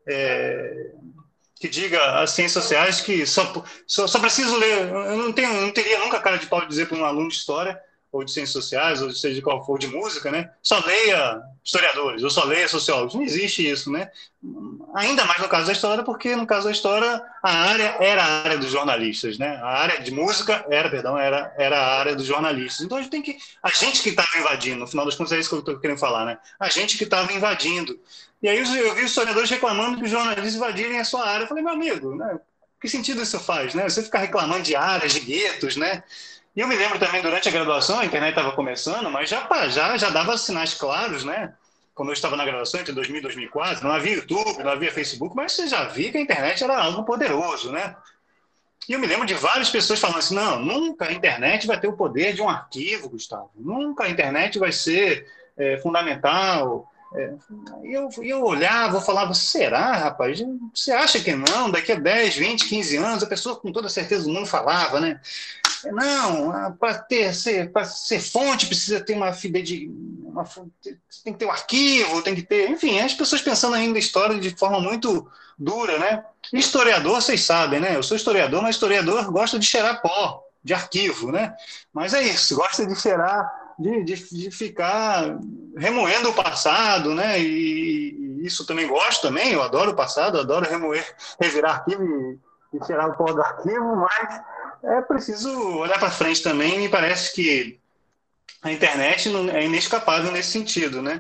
é, que diga às ciências sociais que só, só, só preciso ler. Eu não, tenho, não teria nunca cara de pau de dizer para um aluno de história ou de ciências sociais, ou seja de qual for, de música, né? Só leia historiadores, ou só leia sociólogos. Não existe isso, né? Ainda mais no caso da história, porque no caso da história a área era a área dos jornalistas, né? A área de música era, perdão, era, era a área dos jornalistas. Então a gente tem que, a gente que estava invadindo, no final das contas é isso que eu estou querendo falar, né? A gente que estava invadindo. E aí eu vi os historiadores reclamando que os jornalistas invadirem a sua área. Eu falei, meu amigo, né? Que sentido isso faz, né? Você ficar reclamando de áreas, de guetos, né? E eu me lembro também, durante a graduação, a internet estava começando, mas já, já, já dava sinais claros, né? Quando eu estava na graduação, entre dois mil e dois mil e quatro, não havia YouTube, não havia Facebook, mas você já via que a internet era algo poderoso, né? E eu me lembro de várias pessoas falando assim, não, nunca a internet vai ter o poder de um arquivo, Gustavo. Nunca a internet vai ser é, fundamental. É, e eu, eu olhava, eu falava, será, rapaz? Você acha que não? Daqui a dez, vinte, quinze anos, a pessoa com toda certeza do mundo falava, né? Não, para ter ser, para ser fonte precisa ter uma fidedi, uma tem que ter um arquivo, tem que ter, enfim, as pessoas pensando ainda em história de forma muito dura, né? Historiador, vocês sabem, né? Eu sou historiador, mas historiador gosta de cheirar pó, de arquivo, né? Mas é isso, gosta de cheirar, de, de, de ficar remoendo o passado, né? E, e isso também gosto também, eu adoro o passado, adoro remoer, revirar arquivo e, e cheirar o pó do arquivo, mas é preciso olhar para frente também. Me parece que a internet é inescapável nesse sentido, né?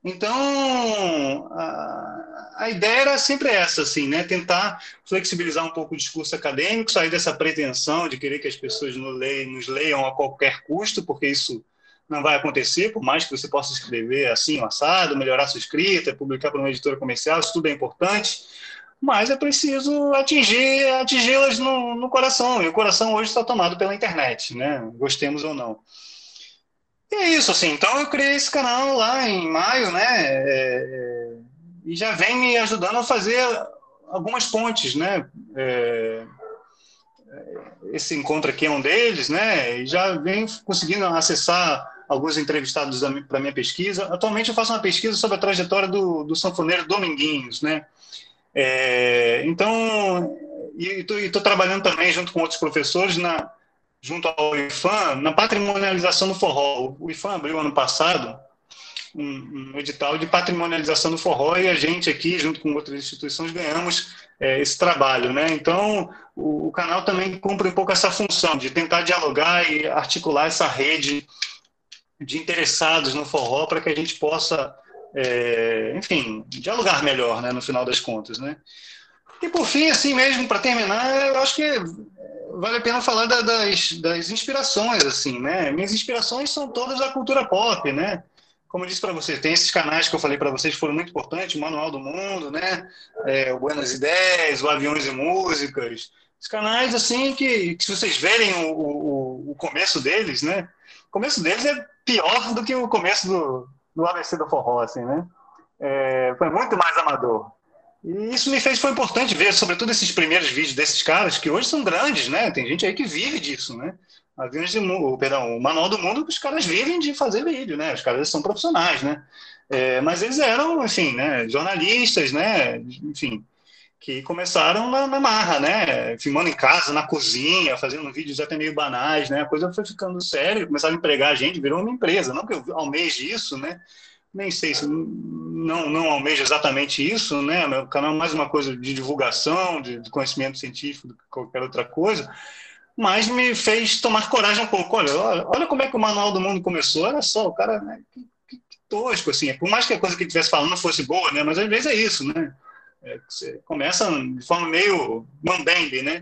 Então, a, a ideia era sempre essa, assim, né? Tentar flexibilizar um pouco o discurso acadêmico, sair dessa pretensão de querer que as pessoas nos leiam, nos leiam a qualquer custo, porque isso não vai acontecer, por mais que você possa escrever assim, assado, melhorar sua escrita, publicar para uma editora comercial, isso tudo é importante, mas é preciso atingir, atingi-las no, no coração, e o coração hoje está tomado pela internet, né? Gostemos ou não. E é isso, assim, então eu criei esse canal lá em maio, né? É, e já vem me ajudando a fazer algumas pontes, né? É, esse encontro aqui é um deles, né? E já vem conseguindo acessar alguns entrevistados para minha pesquisa. Atualmente eu faço uma pesquisa sobre a trajetória do, do sanfoneiro Dominguinhos, né? É, então, e estou trabalhando também junto com outros professores, na, junto ao I F A M, na patrimonialização do forró. O I F A M abriu ano passado um, um edital de patrimonialização do forró e a gente aqui, junto com outras instituições, ganhamos é, esse trabalho, né? Então, o, o canal também cumpre um pouco essa função de tentar dialogar e articular essa rede de interessados no forró para que a gente possa É, enfim, dialogar melhor, né, no final das contas, né? E por fim, assim mesmo, para terminar, eu acho que vale a pena falar da, das, das inspirações, assim, né? Minhas inspirações são todas da cultura pop, né? Como eu disse para vocês, tem esses canais que eu falei para vocês que foram muito importantes, o Manual do Mundo, né? É, o Buenas Ideias, o Aviões e Músicas, os canais, assim, que, que se vocês verem o, o, o começo deles, né? O começo deles é pior do que o começo do do A B C do forró, assim, né? É, foi muito mais amador. E isso me fez, foi importante ver, sobretudo esses primeiros vídeos desses caras, que hoje são grandes, né? Tem gente aí que vive disso, né? Aviões de, perdão, o Manual do Mundo, os caras vivem de fazer vídeo, né? Os caras são profissionais, né? É, mas eles eram, enfim, né? Jornalistas, né? Enfim, que começaram na, na marra, né? Filmando em casa, na cozinha, fazendo vídeos até meio banais, né? A coisa foi ficando séria, começaram a empregar a gente, virou uma empresa. Não que eu almeje isso, né? Nem sei se não, não almejo exatamente isso, né? Meu canal é mais uma coisa de divulgação, de, de conhecimento científico do que qualquer outra coisa, mas me fez tomar coragem um pouco. Olha, olha, olha como é que o Manual do Mundo começou. Olha só, o cara, né? que, que, que tosco, assim. Por mais que a coisa que ele estivesse falando não fosse boa, né? Mas às vezes é isso, né? É, você começa de forma meio mambembe, né?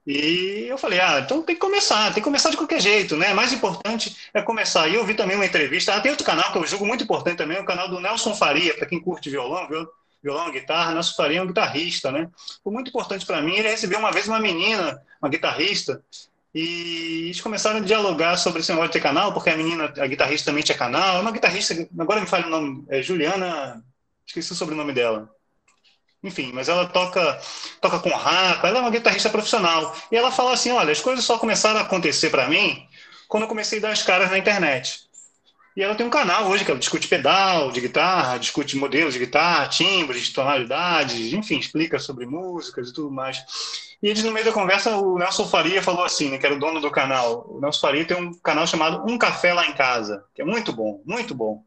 E eu falei, ah, então tem que começar, tem que começar de qualquer jeito, né? Mais importante é começar. E eu vi também uma entrevista, ah, tem outro canal que eu julgo muito importante também, o canal do Nelson Faria, para quem curte violão, viu? Violão, guitarra. Nelson Faria é um guitarrista, né? Foi muito importante para mim. Ele recebeu uma vez uma menina, uma guitarrista, e eles começaram a dialogar sobre esse negócio de ter canal, porque a menina, a guitarrista também tinha canal. É uma guitarrista, agora me fala o nome, é Juliana, esqueci o sobrenome dela. Enfim, mas ela toca, toca com rapa, ela é uma guitarrista profissional. E ela fala assim, olha, as coisas só começaram a acontecer para mim quando eu comecei a dar as caras na internet. E ela tem um canal hoje que ela discute pedal de guitarra, discute modelos de guitarra, timbres, tonalidades, enfim, explica sobre músicas e tudo mais. E eles, no meio da conversa, o Nelson Faria falou assim, né, que era o dono do canal. O Nelson Faria tem um canal chamado Um Café Lá em Casa, que é muito bom, muito bom.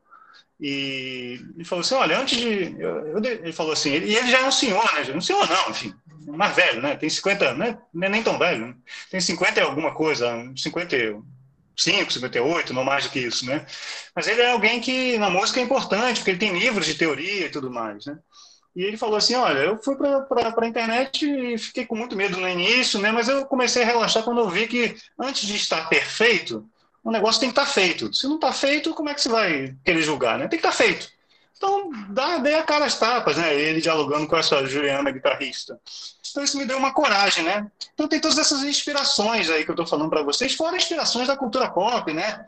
E ele falou assim, olha, antes de... Eu, eu, ele falou assim, ele, e ele já é um senhor, né? Um senhor não, enfim, mais velho, né? Tem cinquenta, né? Não é nem tão velho, né? Tem cinquenta e alguma coisa, cinquenta e cinco, cinquenta e oito, não mais do que isso, né? Mas ele é alguém que na música é importante, porque ele tem livros de teoria e tudo mais, né? E ele falou assim, olha, eu fui para a internet e fiquei com muito medo no início, né? Mas eu comecei a relaxar quando eu vi que antes de estar perfeito, o negócio tem que estar feito. Se não está feito, como é que você vai querer julgar, né? Tem que estar feito. Então, dá, dei a cara às tapas, né? Ele dialogando com essa Juliana, guitarrista. Então, isso me deu uma coragem, né? Então, tem todas essas inspirações aí que eu estou falando para vocês, fora inspirações da cultura pop, né?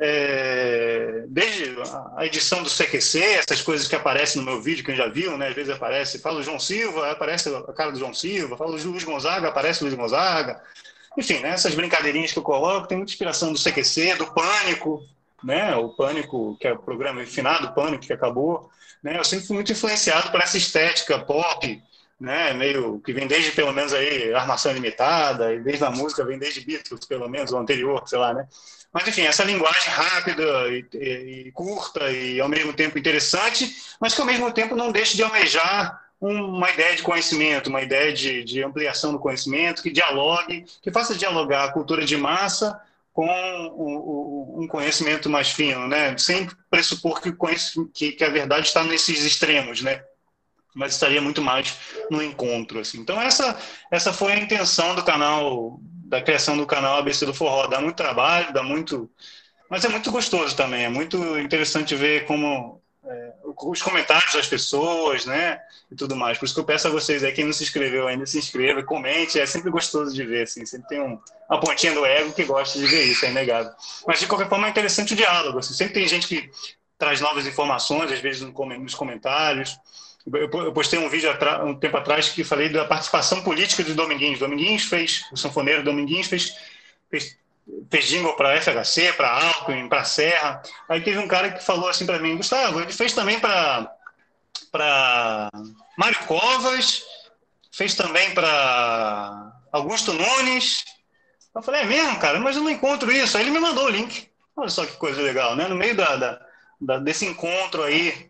É, desde a edição do C Q C, essas coisas que aparecem no meu vídeo, que já viu, né? Às vezes aparece, fala o João Silva, aparece a cara do João Silva, fala o Luiz Gonzaga, aparece o Luiz Gonzaga. Enfim, né, essas brincadeirinhas que eu coloco, tem muita inspiração do C Q C, do Pânico, né, o Pânico, que é o programa finado, Pânico, que acabou. Né, eu sempre fui muito influenciado por essa estética pop, né, meio que vem desde, pelo menos, aí, Armação Limitada, e desde a música vem desde Beatles, pelo menos, o anterior, sei lá, né. Mas, enfim, essa linguagem rápida e, e, e curta e, ao mesmo tempo, interessante, mas que, ao mesmo tempo, não deixe de almejar uma ideia de conhecimento, uma ideia de, de ampliação do conhecimento, que dialogue, que faça dialogar a cultura de massa com o, o, um conhecimento mais fino, né? Sem pressupor que, que, que a verdade está nesses extremos, né? Mas estaria muito mais no encontro, assim. Então essa, essa foi a intenção do canal, da criação do canal A B C do Forró. Dá muito trabalho, dá muito... Mas é muito gostoso também, é muito interessante ver como... É, os comentários das pessoas, né, e tudo mais. Por isso que eu peço a vocês aí, quem não se inscreveu ainda, se inscreva, comente, é sempre gostoso de ver, assim, sempre tem um, uma pontinha do ego que gosta de ver isso, é inegável. Mas, de qualquer forma, é interessante o diálogo, assim, sempre tem gente que traz novas informações, às vezes nos comentários. Eu postei um vídeo um tempo atrás que falei da participação política de Dominguinhos. Dominguinhos fez, o sanfoneiro Dominguinhos fez, fez fez jingle para F H C, para Alckmin, para Serra. Aí teve um cara que falou assim para mim, Gustavo, ele fez também para para Mário Covas, fez também para Augusto Nunes. Eu falei, é mesmo, cara? Mas eu não encontro isso. Aí ele me mandou o link. Olha só que coisa legal, né? No meio da, da, da, desse encontro aí,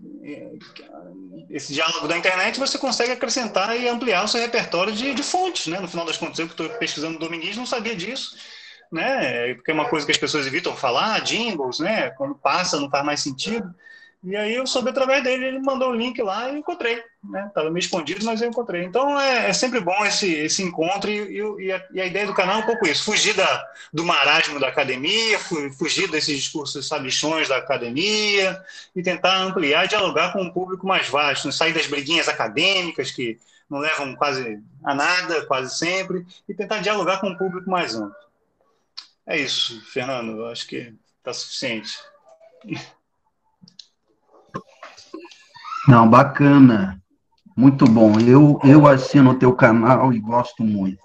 esse diálogo da internet, você consegue acrescentar e ampliar o seu repertório de, de fontes, né? No final das contas, eu que estou pesquisando Dominguinhos não sabia disso, né? Porque é uma coisa que as pessoas evitam falar, jingles, né? Quando passa não faz mais sentido. E aí eu soube através dele, ele mandou o link lá e eu encontrei, né? Estava meio escondido, mas eu encontrei. Então é, é sempre bom esse, esse encontro e, e, a, e a ideia do canal é um pouco isso, fugir da, do marasmo da academia, fugir desses discursos sabichões da academia e tentar ampliar e dialogar com um público mais vasto, sair das briguinhas acadêmicas que não levam quase a nada, quase sempre, e tentar dialogar com um público mais amplo. É isso, Fernando, eu acho que está suficiente. Não, bacana, muito bom. Eu, eu assino o teu canal e gosto muito.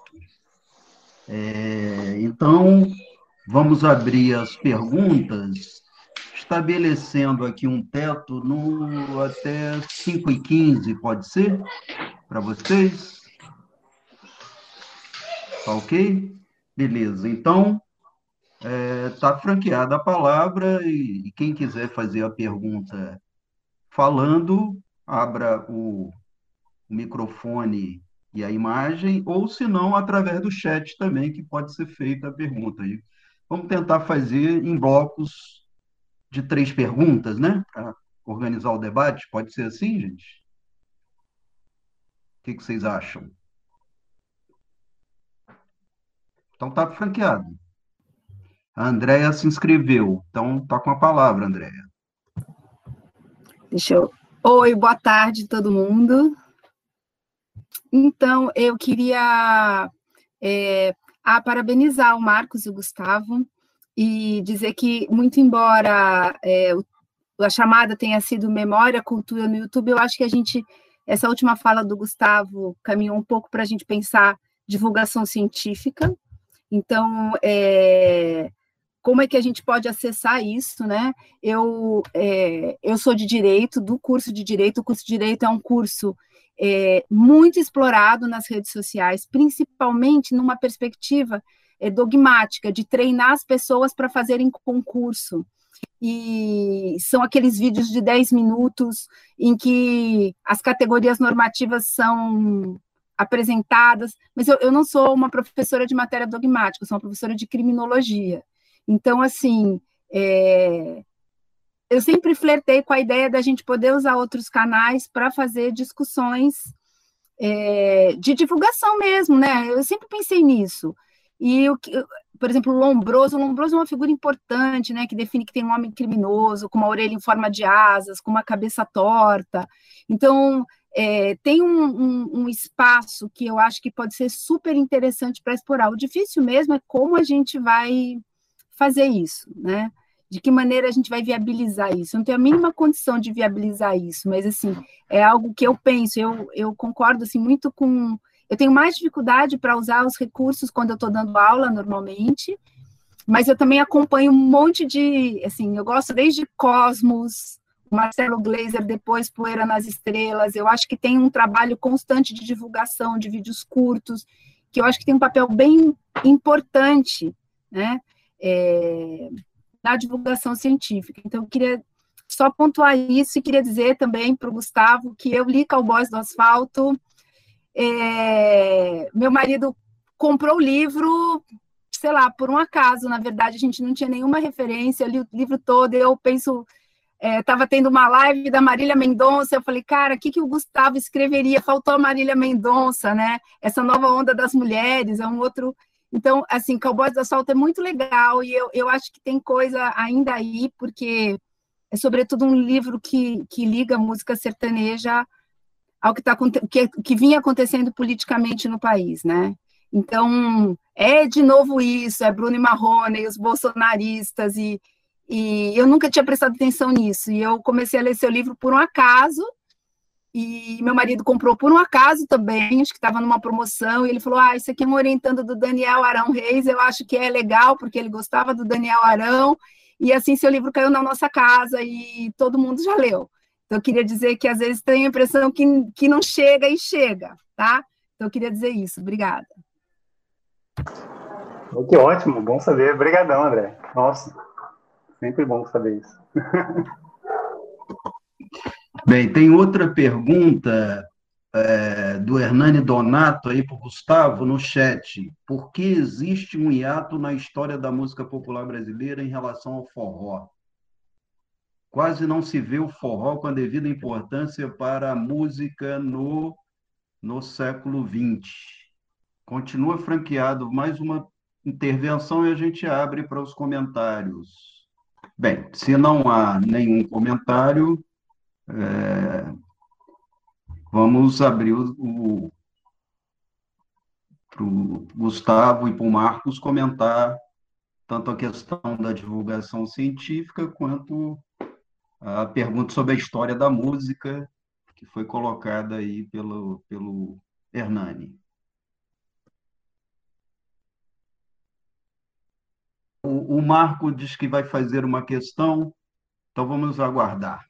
É, então, vamos abrir as perguntas, estabelecendo aqui um teto no, até cinco e quinze, pode ser? Para vocês? Tá ok? Beleza, então, está é, franqueada a palavra e, e quem quiser fazer a pergunta falando, abra o, o microfone e a imagem, ou se não, através do chat também, que pode ser feita a pergunta. E vamos tentar fazer em blocos de três perguntas, né? Para organizar o debate. Pode ser assim, gente? O que, que vocês acham? Então está franqueado. A Andréia se inscreveu, então está com a palavra, Andréia. Deixa eu... Oi, boa tarde, todo mundo. Então, eu queria é, a, parabenizar o Marcos e o Gustavo e dizer que, muito embora é, a chamada tenha sido Memória, Cultura no YouTube, eu acho que a gente, essa última fala do Gustavo caminhou um pouco para a gente pensar divulgação científica. Então, é, como é que a gente pode acessar isso, né? Eu, é, eu sou de Direito, do curso de Direito. O curso de Direito é um curso é, muito explorado nas redes sociais, principalmente numa perspectiva é, dogmática, de treinar as pessoas para fazerem concurso. E são aqueles vídeos de dez minutos em que as categorias normativas são apresentadas, mas eu, eu não sou uma professora de matéria dogmática, eu sou uma professora de criminologia. Então, assim, é, eu sempre flertei com a ideia da gente poder usar outros canais para fazer discussões é, de divulgação mesmo, né? Eu sempre pensei nisso. E, o que, por exemplo, o Lombroso, o Lombroso é uma figura importante, né? Que define que tem um homem criminoso, com uma orelha em forma de asas, com uma cabeça torta. Então, é, tem um, um, um espaço que eu acho que pode ser super interessante para explorar. O difícil mesmo é como a gente vai fazer isso, né? De que maneira a gente vai viabilizar isso? Eu não tenho a mínima condição de viabilizar isso, mas, assim, é algo que eu penso, eu, eu concordo, assim, muito com... Eu tenho mais dificuldade para usar os recursos quando eu estou dando aula, normalmente, mas eu também acompanho um monte de... Assim, eu gosto desde Cosmos, Marcelo Gleiser, depois Poeira nas Estrelas. Eu acho que tem um trabalho constante de divulgação de vídeos curtos, que eu acho que tem um papel bem importante, né? É, na divulgação científica. Então, eu queria só pontuar isso e queria dizer também para o Gustavo que eu li Cowboys do Asfalto. É, meu marido comprou o livro, sei lá, por um acaso, na verdade, a gente não tinha nenhuma referência, eu li o livro todo, eu penso, estava é, tendo uma live da Marília Mendonça, eu falei, cara, o que, que o Gustavo escreveria? Faltou a Marília Mendonça, né? Essa nova onda das mulheres, é um outro... Então, assim, Cowboys do Asfalto é muito legal e eu, eu acho que tem coisa ainda aí, porque é sobretudo um livro que, que liga a música sertaneja ao que, tá, que, que vinha acontecendo politicamente no país, né? Então, é de novo isso, é Bruno e Marrone, os bolsonaristas, e, e eu nunca tinha prestado atenção nisso, e eu comecei a ler seu livro por um acaso, e meu marido comprou por um acaso também, acho que estava numa promoção, e ele falou, ah, isso aqui é um orientando do Daniel Arão Reis, eu acho que é legal, porque ele gostava do Daniel Arão, e assim seu livro caiu na nossa casa, e todo mundo já leu. Então, eu queria dizer que, às vezes, tenho a impressão que, que não chega e chega, tá? Então, eu queria dizer isso. Obrigada. Que ótimo, bom saber. Obrigadão, André. Nossa, sempre bom saber isso. Bem, tem outra pergunta é, do Hernani Donato aí para o Gustavo no chat. Por que existe um hiato na história da música popular brasileira em relação ao forró? Quase não se vê o forró com a devida importância para a música no, no século vinte. Continua franqueado. Mais uma intervenção e a gente abre para os comentários. Bem, se não há nenhum comentário, é, vamos abrir o, o para o Gustavo e para o Marcos comentar tanto a questão da divulgação científica quanto a pergunta sobre a história da música, que foi colocada aí pelo, pelo Hernani. O, o Marco diz que vai fazer uma questão, então vamos aguardar.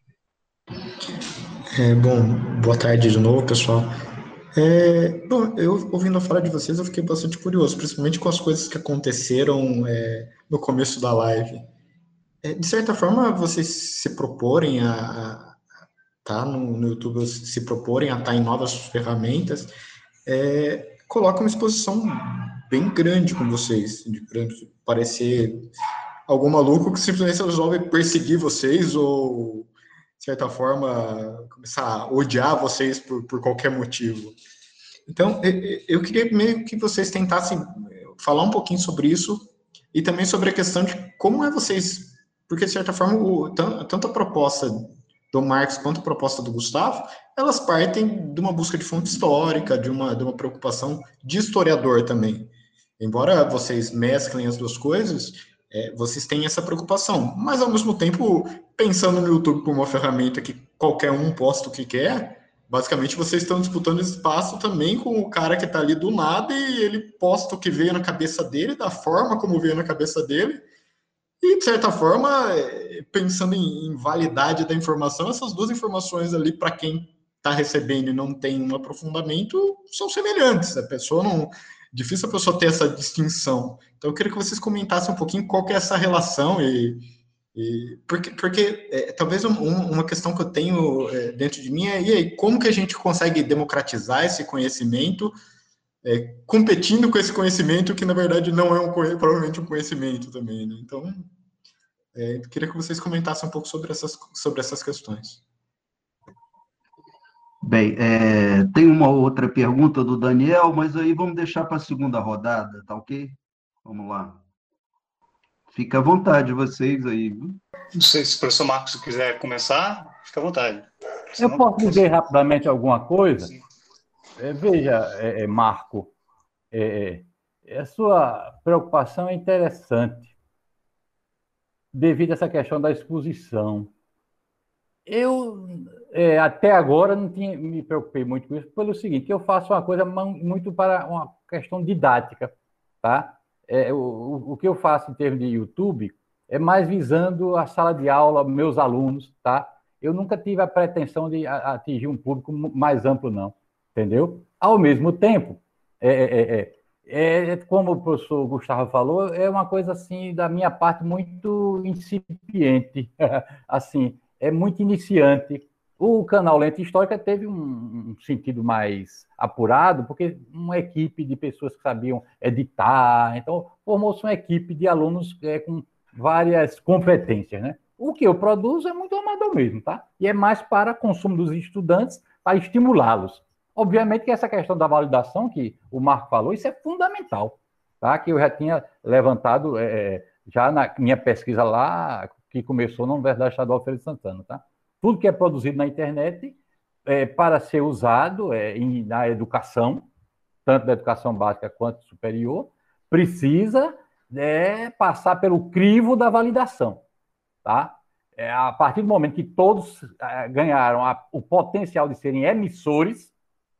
É, bom, boa tarde de novo, pessoal. É, bom, eu ouvindo a fala de vocês, eu fiquei bastante curioso, principalmente com as coisas que aconteceram é, no começo da live. É, de certa forma, vocês se proporem a, a tá no, no YouTube, se proporem a estar em novas ferramentas, é, coloca uma exposição bem grande com vocês, de parecer algum maluco que simplesmente resolve perseguir vocês ou, de certa forma, começar a odiar vocês por, por qualquer motivo. Então, eu queria meio que vocês tentassem falar um pouquinho sobre isso e também sobre a questão de como é vocês, porque de certa forma, o, tanto a proposta do Marx quanto a proposta do Gustavo, elas partem de uma busca de fonte histórica, de uma, de uma preocupação de historiador também. Embora vocês mesclem as duas coisas, é, vocês têm essa preocupação, mas ao mesmo tempo, pensando no YouTube como uma ferramenta que qualquer um posta o que quer, basicamente vocês estão disputando espaço também com o cara que está ali do nada e ele posta o que veio na cabeça dele, da forma como veio na cabeça dele, e, de certa forma, pensando em, em validade da informação, essas duas informações ali, para quem está recebendo e não tem um aprofundamento, são semelhantes. A pessoa não... Difícil a pessoa ter essa distinção. Então, eu queria que vocês comentassem um pouquinho qual que é essa relação e... e porque, porque é, talvez um, uma questão que eu tenho é, dentro de mim é, e aí, como que a gente consegue democratizar esse conhecimento É, competindo com esse conhecimento que, na verdade, não é um, provavelmente um conhecimento também, né? Então, é, eu queria que vocês comentassem um pouco sobre essas, sobre essas questões. Bem, é, tem uma outra pergunta do Daniel, mas aí vamos deixar para a segunda rodada, tá ok? Vamos lá. Fica à vontade vocês aí. Viu? Não sei se o professor Marcos quiser começar, fica à vontade. Eu posso dizer rapidamente alguma coisa? Sim. Veja, é, é, Marco, é, a sua preocupação é interessante devido a essa questão da exposição. Eu, é, até agora, não tinha, me preocupei muito com isso, pelo seguinte, eu faço uma coisa muito para uma questão didática, tá? É, o, o que eu faço em termos de YouTube é mais visando a sala de aula, meus alunos, tá? Eu nunca tive a pretensão de atingir um público mais amplo, não. Entendeu? Ao mesmo tempo, é, é, é, é, como o professor Gustavo falou, é uma coisa assim, da minha parte, muito incipiente, assim, é muito iniciante. O canal Lente Histórica teve um, um sentido mais apurado, porque uma equipe de pessoas que sabiam editar, então formou-se uma equipe de alunos é, com várias competências, né? O que eu produzo é muito amador mesmo, tá? E é mais para consumo dos estudantes, para estimulá-los. Obviamente que essa questão da validação que o Marco falou, isso é fundamental, tá? Que eu já tinha levantado é, já na minha pesquisa lá, que começou na Universidade Estadual Feira de Santana, tá? Tudo que é produzido na internet, é, para ser usado é, em, na educação, tanto da educação básica quanto superior, precisa é, passar pelo crivo da validação, tá? É, a partir do momento que todos é, ganharam a, o potencial de serem emissores,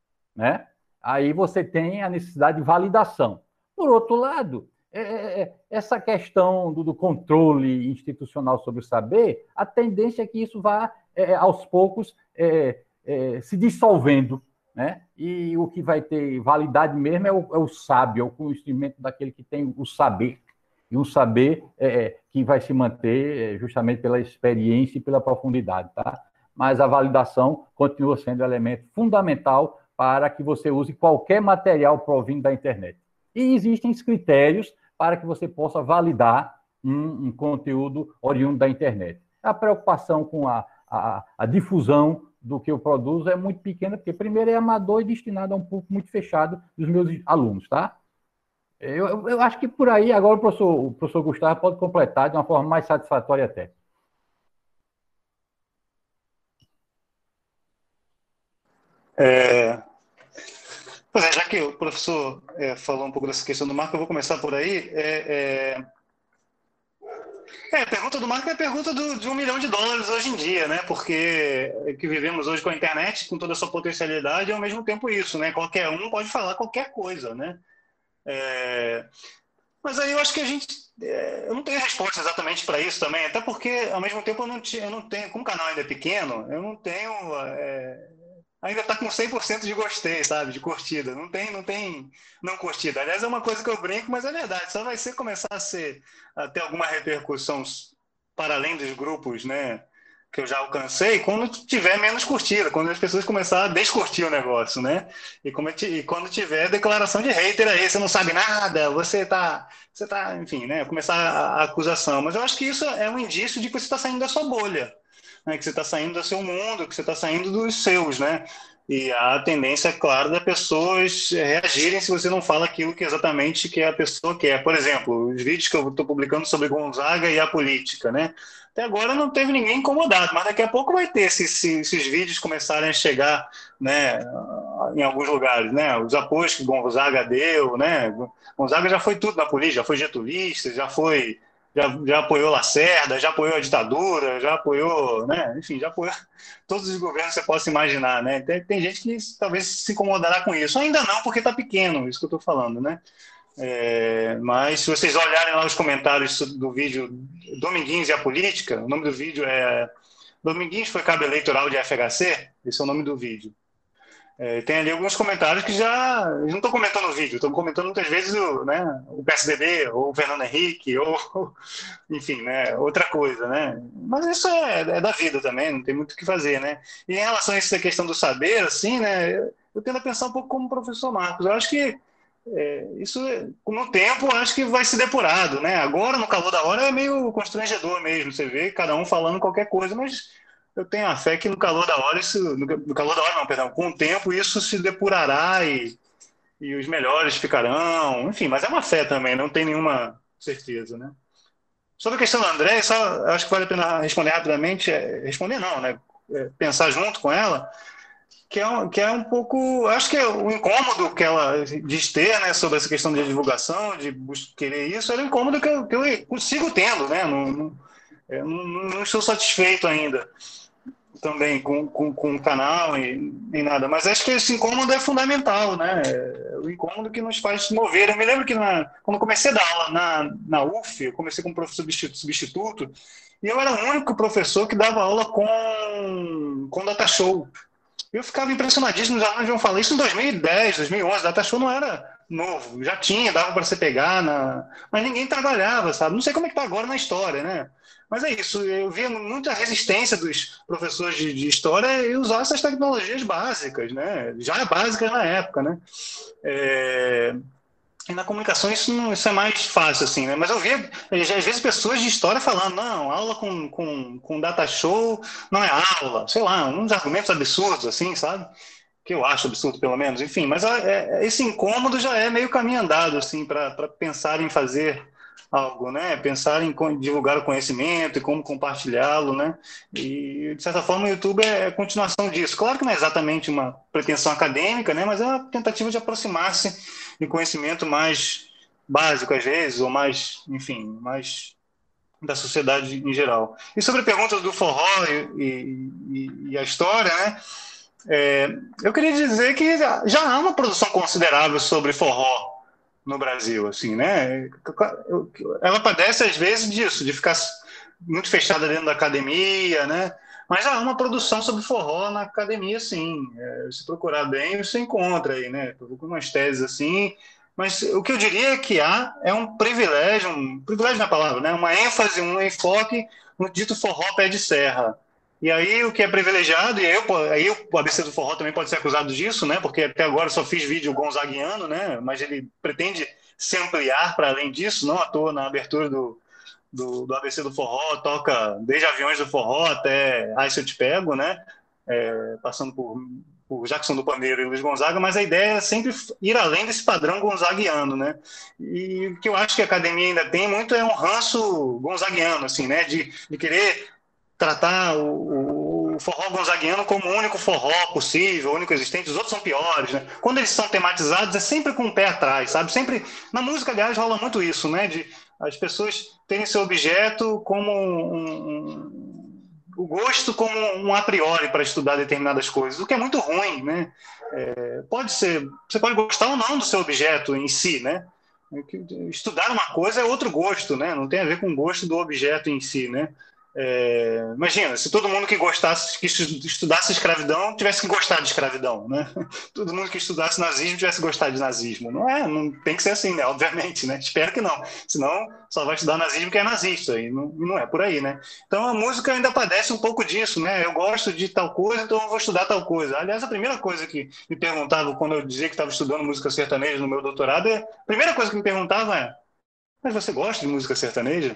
né? Aí você tem a necessidade de validação. Por outro lado, é, é, essa questão do, do controle institucional sobre o saber, a tendência é que isso vá, é, aos poucos, é, é, se dissolvendo, né? E o que vai ter validade mesmo é o, é o sábio, é o conhecimento daquele que tem o saber, e um saber é, que vai se manter justamente pela experiência e pela profundidade, tá? Mas a validação continua sendo um elemento fundamental para que você use qualquer material provindo da internet. E existem critérios para que você possa validar um, um conteúdo oriundo da internet. A preocupação com a, a, a difusão do que eu produzo é muito pequena, porque primeiro é amador e destinado a um público muito fechado dos meus alunos, tá? Eu, eu acho que por aí, agora o professor, o professor Gustavo pode completar de uma forma mais satisfatória até. É... Pois é, já que o professor é, falou um pouco dessa questão do Marco, eu vou começar por aí. É, é... é a pergunta do Marco é a pergunta do, de um milhão de dólares hoje em dia, né? Porque que vivemos hoje com a internet, com toda a sua potencialidade, e ao mesmo tempo isso, né? Qualquer um pode falar qualquer coisa, né? É... Mas aí eu acho que a gente... É... eu não tenho resposta exatamente para isso também, até porque, ao mesmo tempo, eu não, te, eu não tenho... Como o canal ainda é pequeno, eu não tenho... É... ainda está com cem por cento de gostei, sabe? De curtida. Não tem, não tem não curtida. Aliás, é uma coisa que eu brinco, mas é verdade. Só vai ser começar a, ser, a ter alguma repercussão para além dos grupos, né? Que eu já alcancei, quando tiver menos curtida, quando as pessoas começarem a descurtir o negócio, né? E, como, e quando tiver declaração de hater aí, você não sabe nada, você tá, você tá, enfim, né? Começar a, a acusação. Mas eu acho que isso é um indício de que você está saindo da sua bolha, né? Que você está saindo do seu mundo, que você está saindo dos seus, né? E há a tendência, é claro, das pessoas reagirem se você não fala aquilo que exatamente que a pessoa quer. Por exemplo, os vídeos que eu estou publicando sobre Gonzaga e a política, né? Até agora não teve ninguém incomodado, mas daqui a pouco vai ter, se, se esses vídeos começarem a chegar, né, em alguns lugares, né? Os apoios que Gonzaga deu, né? Gonzaga já foi tudo na política, já foi getulista, já foi... Já, já apoiou Lacerda, já apoiou a ditadura, já apoiou, né? Enfim, já apoiou todos os governos que você possa imaginar, né? Tem, tem gente que talvez se incomodará com isso. Ainda não, porque está pequeno, isso que eu estou falando, né? É, mas se vocês olharem lá os comentários do vídeo Dominguinhos e a Política, o nome do vídeo é Dominguinhos foi cabo eleitoral de F H C, esse é o nome do vídeo. É, tem ali alguns comentários que já... Eu não estou comentando o vídeo, estou comentando muitas vezes o, né, o P S D B, ou o Fernando Henrique, ou, enfim, né, outra coisa, né? Mas isso é, é da vida também, não tem muito o que fazer, né? E em relação a essa questão do saber, assim, né, eu tendo a pensar um pouco como o professor Marcos. Eu acho que é, isso, no tempo, eu acho que vai ser depurado, né? Agora, no calor da hora, é meio constrangedor mesmo, você vê cada um falando qualquer coisa, mas... Eu tenho a fé que no calor da hora, isso, no calor da hora não, perdão, com o tempo isso se depurará e, e os melhores ficarão, enfim, mas é uma fé também, não tem nenhuma certeza, né? Sobre a questão do André, só acho que vale a pena responder rapidamente, é, responder não, né? É, pensar junto com ela, que é, um, que é um pouco, acho que é o incômodo que ela diz ter, né, sobre essa questão de divulgação, de querer isso, é um incômodo que eu, que eu consigo tendo, né? Não, não, eu não, não estou satisfeito ainda também com, com, com o canal e, e nada, mas acho que esse incômodo é fundamental, né? É o incômodo que nos faz mover. Eu me lembro que na, quando eu comecei a dar aula na, na U F, eu comecei como professor substituto, e eu era o único professor que dava aula com, com data show. Eu ficava impressionadíssimo, os alunos iam falar isso em dois mil e dez, dois mil e onze, data show não era novo, já tinha, dava para você pegar, na... mas ninguém trabalhava, sabe? Não sei como é que está agora na história, né? Mas é isso, eu via muita resistência dos professores de, de história em usar essas tecnologias básicas, né? Já básicas na época, né? É... E na comunicação isso, não, isso é mais fácil, assim, né? Mas eu via, às vezes, pessoas de história falando, não, aula com, com, com data show não é aula, sei lá, uns argumentos absurdos, assim, sabe? Que eu acho absurdo, pelo menos, enfim. Mas é, esse incômodo já é meio caminho andado, assim, para pensar em fazer algo, né? Pensar em divulgar o conhecimento e como compartilhá-lo, né? E, de certa forma, o YouTube é a continuação disso. Claro que não é exatamente uma pretensão acadêmica, né? Mas é uma tentativa de aproximar-se de conhecimento mais básico, às vezes, ou mais, enfim, mais da sociedade em geral. E sobre a pergunta do forró e, e, e a história, né? É, eu queria dizer que já há uma produção considerável sobre forró no Brasil, assim, né? Ela padece às vezes disso, de ficar muito fechada dentro da academia, né? Mas há uma produção sobre forró na academia, sim. É, se procurar bem, você encontra aí, né? Procura umas teses assim. Mas o que eu diria é que há é um privilégio, um privilégio na palavra, né? Uma ênfase, um enfoque no dito forró pé de serra. E aí o que é privilegiado, e aí, eu, aí o A B C do Forró também pode ser acusado disso, né? Porque até agora eu só fiz vídeo gonzaguiano, né? Mas ele pretende se ampliar para além disso, não à toa na abertura do, do, do A B C do Forró, toca desde Aviões do Forró até Ai Se Eu Te Pego, né? É, passando por, por Jackson do Pandeiro e Luiz Gonzaga, mas a ideia é sempre ir além desse padrão gonzaguiano, né? E o que eu acho que a academia ainda tem muito é um ranço gonzaguiano, assim, né? De, de querer tratar o, o forró gonzaguiano como o único forró possível, o único existente, os outros são piores, né? Quando eles são tematizados, é sempre com o pé atrás, sabe? Sempre, na música, aliás, rola muito isso, né? De as pessoas terem seu objeto como um, um, o gosto como um a priori para estudar determinadas coisas, o que é muito ruim, né? É, pode ser, você pode gostar ou não do seu objeto em si, né? Estudar uma coisa é outro gosto, né? Não tem a ver com o gosto do objeto em si, né? É, imagina, se todo mundo que gostasse, que estudasse escravidão tivesse que gostar de escravidão, né? Todo mundo que estudasse nazismo tivesse que gostar de nazismo. Não é, não tem que ser assim, né? Obviamente, né? Espero que não. Senão só vai estudar nazismo que é nazista, e não, não é por aí, né? Então a música ainda padece um pouco disso, né? Eu gosto de tal coisa, então eu vou estudar tal coisa. Aliás, a primeira coisa que me perguntavam quando eu dizia que estava estudando música sertaneja no meu doutorado, é, a primeira coisa que me perguntavam é: mas você gosta de música sertaneja?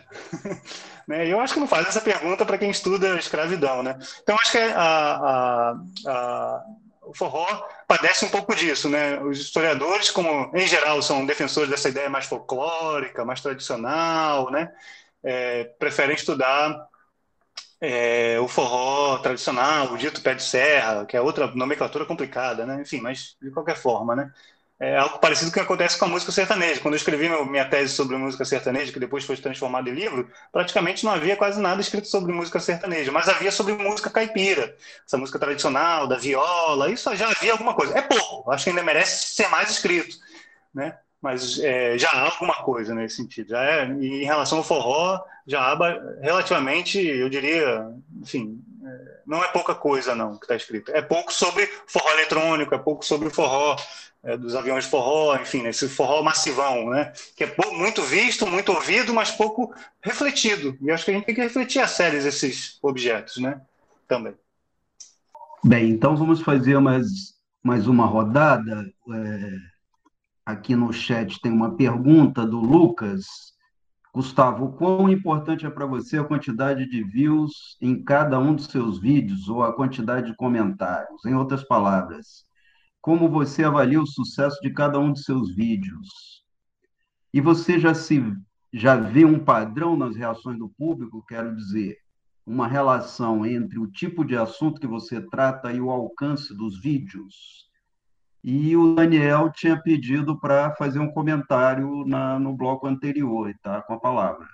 Né? Eu acho que não faz essa pergunta para quem estuda escravidão, né? Então, acho que a, a, a, o forró padece um pouco disso, né? Os historiadores, como em geral são defensores dessa ideia mais folclórica, mais tradicional, né? É, preferem estudar é, o forró tradicional, o dito pé de serra, que é outra nomenclatura complicada, né? Enfim, mas de qualquer forma, né? É algo parecido com o que acontece com a música sertaneja. Quando eu escrevi meu, minha tese sobre música sertaneja, que depois foi transformada em livro, praticamente não havia quase nada escrito sobre música sertaneja, mas havia sobre música caipira, essa música tradicional, da viola, isso já havia alguma coisa. É pouco, acho que ainda merece ser mais escrito, né? Mas é, já há alguma coisa nesse sentido. Já é, e em relação ao forró, já há relativamente, eu diria, enfim, é, não é pouca coisa não que está escrito. É pouco sobre forró eletrônico, é pouco sobre o forró é, dos aviões de forró, enfim, né, esse forró massivão, né, que é pouco, muito visto, muito ouvido, mas pouco refletido. E acho que a gente tem que refletir a sério esses objetos, né, também. Bem, então vamos fazer mais, mais uma rodada. É, aqui no chat tem uma pergunta do Lucas. Gustavo, quão importante é para você a quantidade de views em cada um dos seus vídeos ou a quantidade de comentários? Em outras palavras, como você avalia o sucesso de cada um dos seus vídeos? E você já se já vê um padrão nas reações do público, quero dizer, uma relação entre o tipo de assunto que você trata e o alcance dos vídeos? E o Daniel tinha pedido para fazer um comentário na, no bloco anterior, está com a palavra.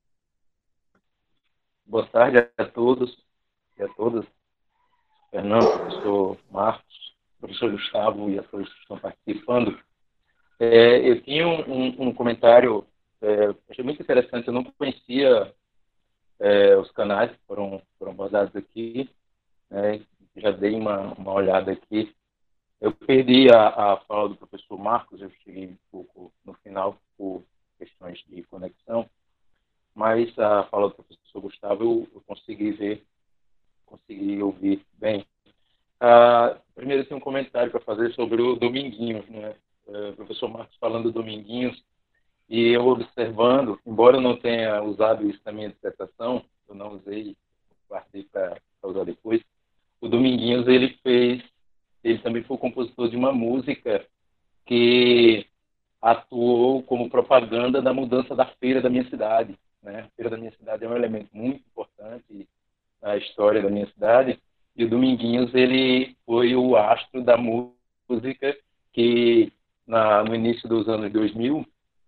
Boa tarde a todos e a todas. Fernando, professor Marcos, professor Gustavo e a todos que estão participando. É, eu tinha um, um comentário, é, achei muito interessante, eu não conhecia é, os canais que foram, foram abordados aqui, né, já dei uma, uma olhada aqui. Eu perdi a, a fala do professor Marcos, eu cheguei um pouco no final por questões de conexão, mas a fala do professor Gustavo eu, eu consegui ver, consegui ouvir bem. Ah, primeiro eu tenho um comentário para fazer sobre o Dominguinhos, né? O professor Marcos falando do Dominguinhos, e eu observando, embora eu não tenha usado isso na minha dissertação, eu não usei, guardei para usar depois, o Dominguinhos ele fez, ele também foi o compositor de uma música que atuou como propaganda da mudança da feira da minha cidade, né? A feira da minha cidade é um elemento muito importante na história da minha cidade, e o Dominguinhos ele foi o astro da música que na, no início dos anos dois mil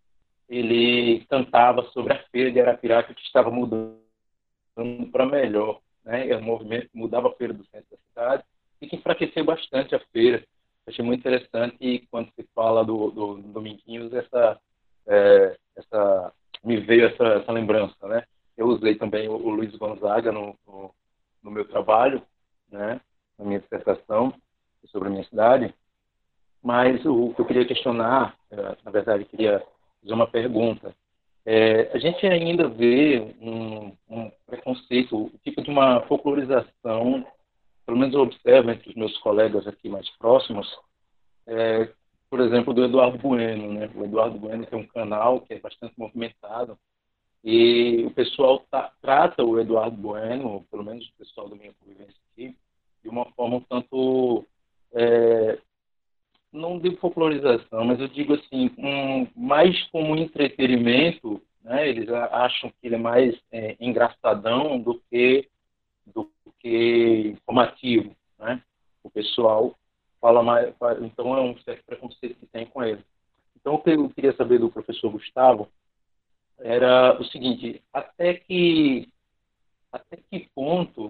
ele cantava sobre a feira de Arapiraca que estava mudando para melhor, né? O movimento mudava a feira do centro da cidade e que enfraqueceu bastante a feira. Achei muito interessante e quando se fala do, do, do Dominguinhos, essa, é, essa, me veio essa, essa lembrança, né? Eu usei também o, o Luiz Gonzaga no, no, no meu trabalho, né? Na minha dissertação sobre a minha cidade, mas o que eu queria questionar, na verdade, eu queria fazer uma pergunta. É, a gente ainda vê um, um preconceito, o tipo de uma folclorização, pelo menos eu observo entre os meus colegas aqui mais próximos, é, por exemplo, do Eduardo Bueno, né? O Eduardo Bueno tem um canal que é bastante movimentado e o pessoal tá, trata o Eduardo Bueno, pelo menos o pessoal da minha convivência aqui, de uma forma um tanto, é, não digo folclorização, mas eu digo assim, um, mais como entretenimento, né? Eles acham que ele é mais é, engraçadão do que do que informativo, né? O pessoal fala mais, então é um certo preconceito que tem com ele. Então o que eu queria saber do professor Gustavo era o seguinte: até que até que ponto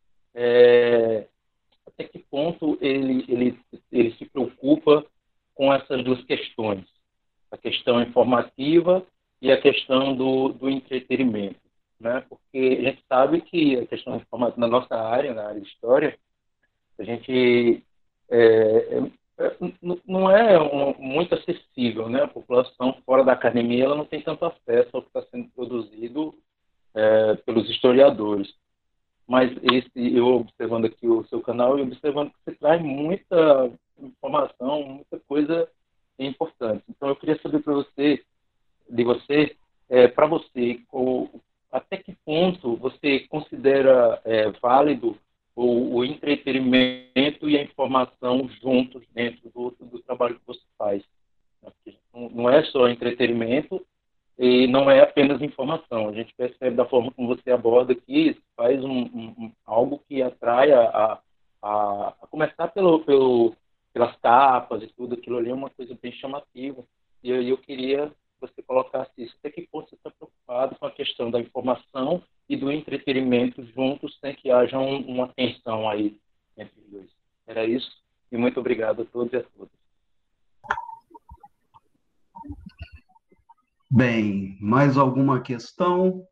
é, até que ponto ele ele ele se preocupa com essas duas questões, a questão informativa e a questão do, do entretenimento, né? Porque a gente sabe que a questão informativa na nossa área, na área de história, a gente é, é, não é um, muito acessível, né? A população fora da academia ela não tem tanto acesso ao que está sendo produzido é, pelos historiadores. Mas esse, eu observando aqui o seu canal e observando que você traz muita informação, muita coisa importante. Então eu queria saber para você, de você, é, para você, o, até que ponto você considera é, válido o, o entretenimento e a informação juntos dentro do, do trabalho que você faz. Não é só entretenimento e não é apenas informação. A gente percebe da forma como você aborda que faz um, um, algo que atrai a, a, a começar pelo, pelo, pelas capas e tudo, aquilo ali é uma coisa bem chamativa. E aí eu queria que você colocasse isso. Até que ponto você está preocupado com a questão da informação e do entretenimento juntos, sem que haja um, uma tensão aí entre os dois. Era isso. E muito obrigado a todos e a todas. Bem, mais alguma questão?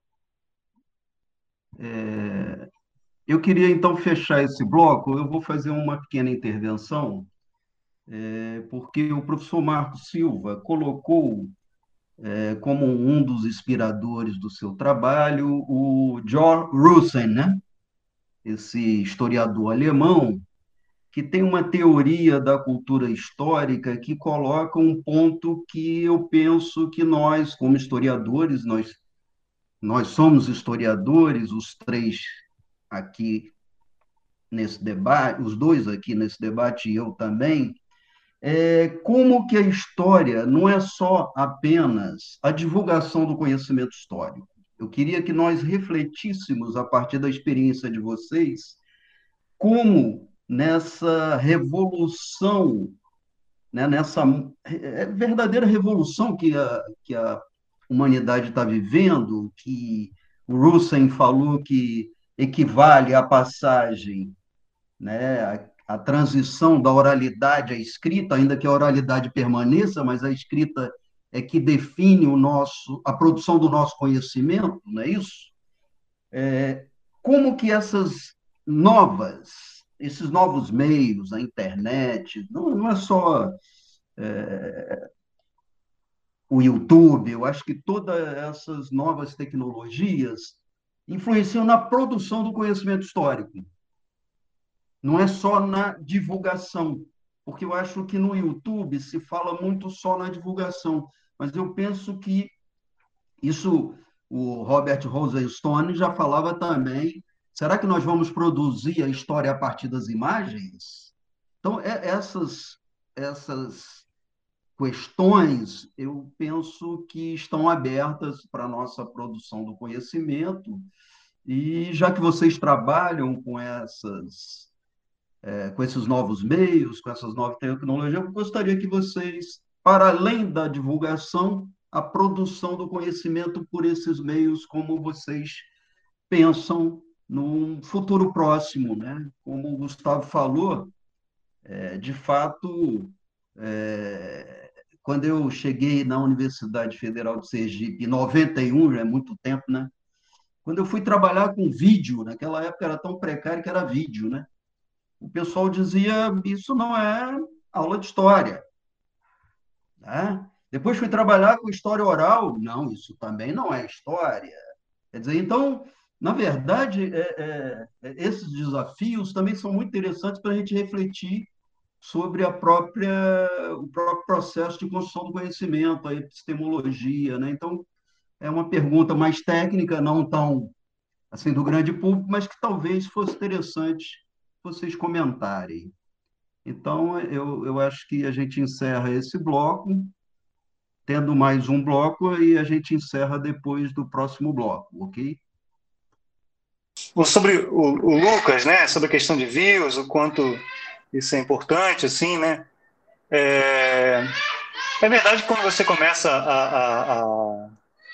É, eu queria, então, fechar esse bloco. Eu vou fazer uma pequena intervenção, é, porque o professor Marcos Silva colocou é, como um dos inspiradores do seu trabalho o Georg Rusen, né? Esse historiador alemão, que tem uma teoria da cultura histórica que coloca um ponto que eu penso que nós, como historiadores, nós, nós somos historiadores, os três aqui nesse debate, os dois aqui nesse debate e eu também, é como que a história não é só apenas a divulgação do conhecimento histórico. Eu queria que nós refletíssemos, a partir da experiência de vocês, como nessa revolução, né, nessa verdadeira revolução que a, que a humanidade está vivendo, que o Rusen falou que equivale à passagem, né, a, a transição da oralidade à escrita, ainda que a oralidade permaneça, mas a escrita é que define o nosso, a produção do nosso conhecimento, não é isso? É, como que essas novas, esses novos meios, a internet, não, não é só é, o YouTube, eu acho que todas essas novas tecnologias influenciam na produção do conhecimento histórico. Não é só na divulgação, porque eu acho que no YouTube se fala muito só na divulgação, mas eu penso que isso, o Robert Rosenstone já falava também. Será que nós vamos produzir a história a partir das imagens? Então, é, essas, essas questões, eu penso que estão abertas para a nossa produção do conhecimento, e já que vocês trabalham com essas, é, com esses novos meios, com essas novas tecnologias, eu gostaria que vocês, para além da divulgação, a produção do conhecimento por esses meios, como vocês pensam num futuro próximo, né? Como o Gustavo falou, é, de fato, é, quando eu cheguei na Universidade Federal de Sergipe, em noventa e um, já é muito tempo, né? Quando eu fui trabalhar com vídeo, naquela época era tão precário que era vídeo, né? O pessoal dizia, isso não é aula de história, né? Depois fui trabalhar com história oral, não, isso também não é história. Quer dizer, então, na verdade, é, é, esses desafios também são muito interessantes para a gente refletir sobre a própria, o próprio processo de construção do conhecimento, a epistemologia, né? Então, é uma pergunta mais técnica, não tão assim do grande público, mas que talvez fosse interessante vocês comentarem. Então, eu, eu acho que a gente encerra esse bloco, tendo mais um bloco, e a gente encerra depois do próximo bloco, ok? Sobre o, o Lucas, né, sobre a questão de views, o quanto isso é importante, assim, né? É, é verdade que quando você começa a, a, a,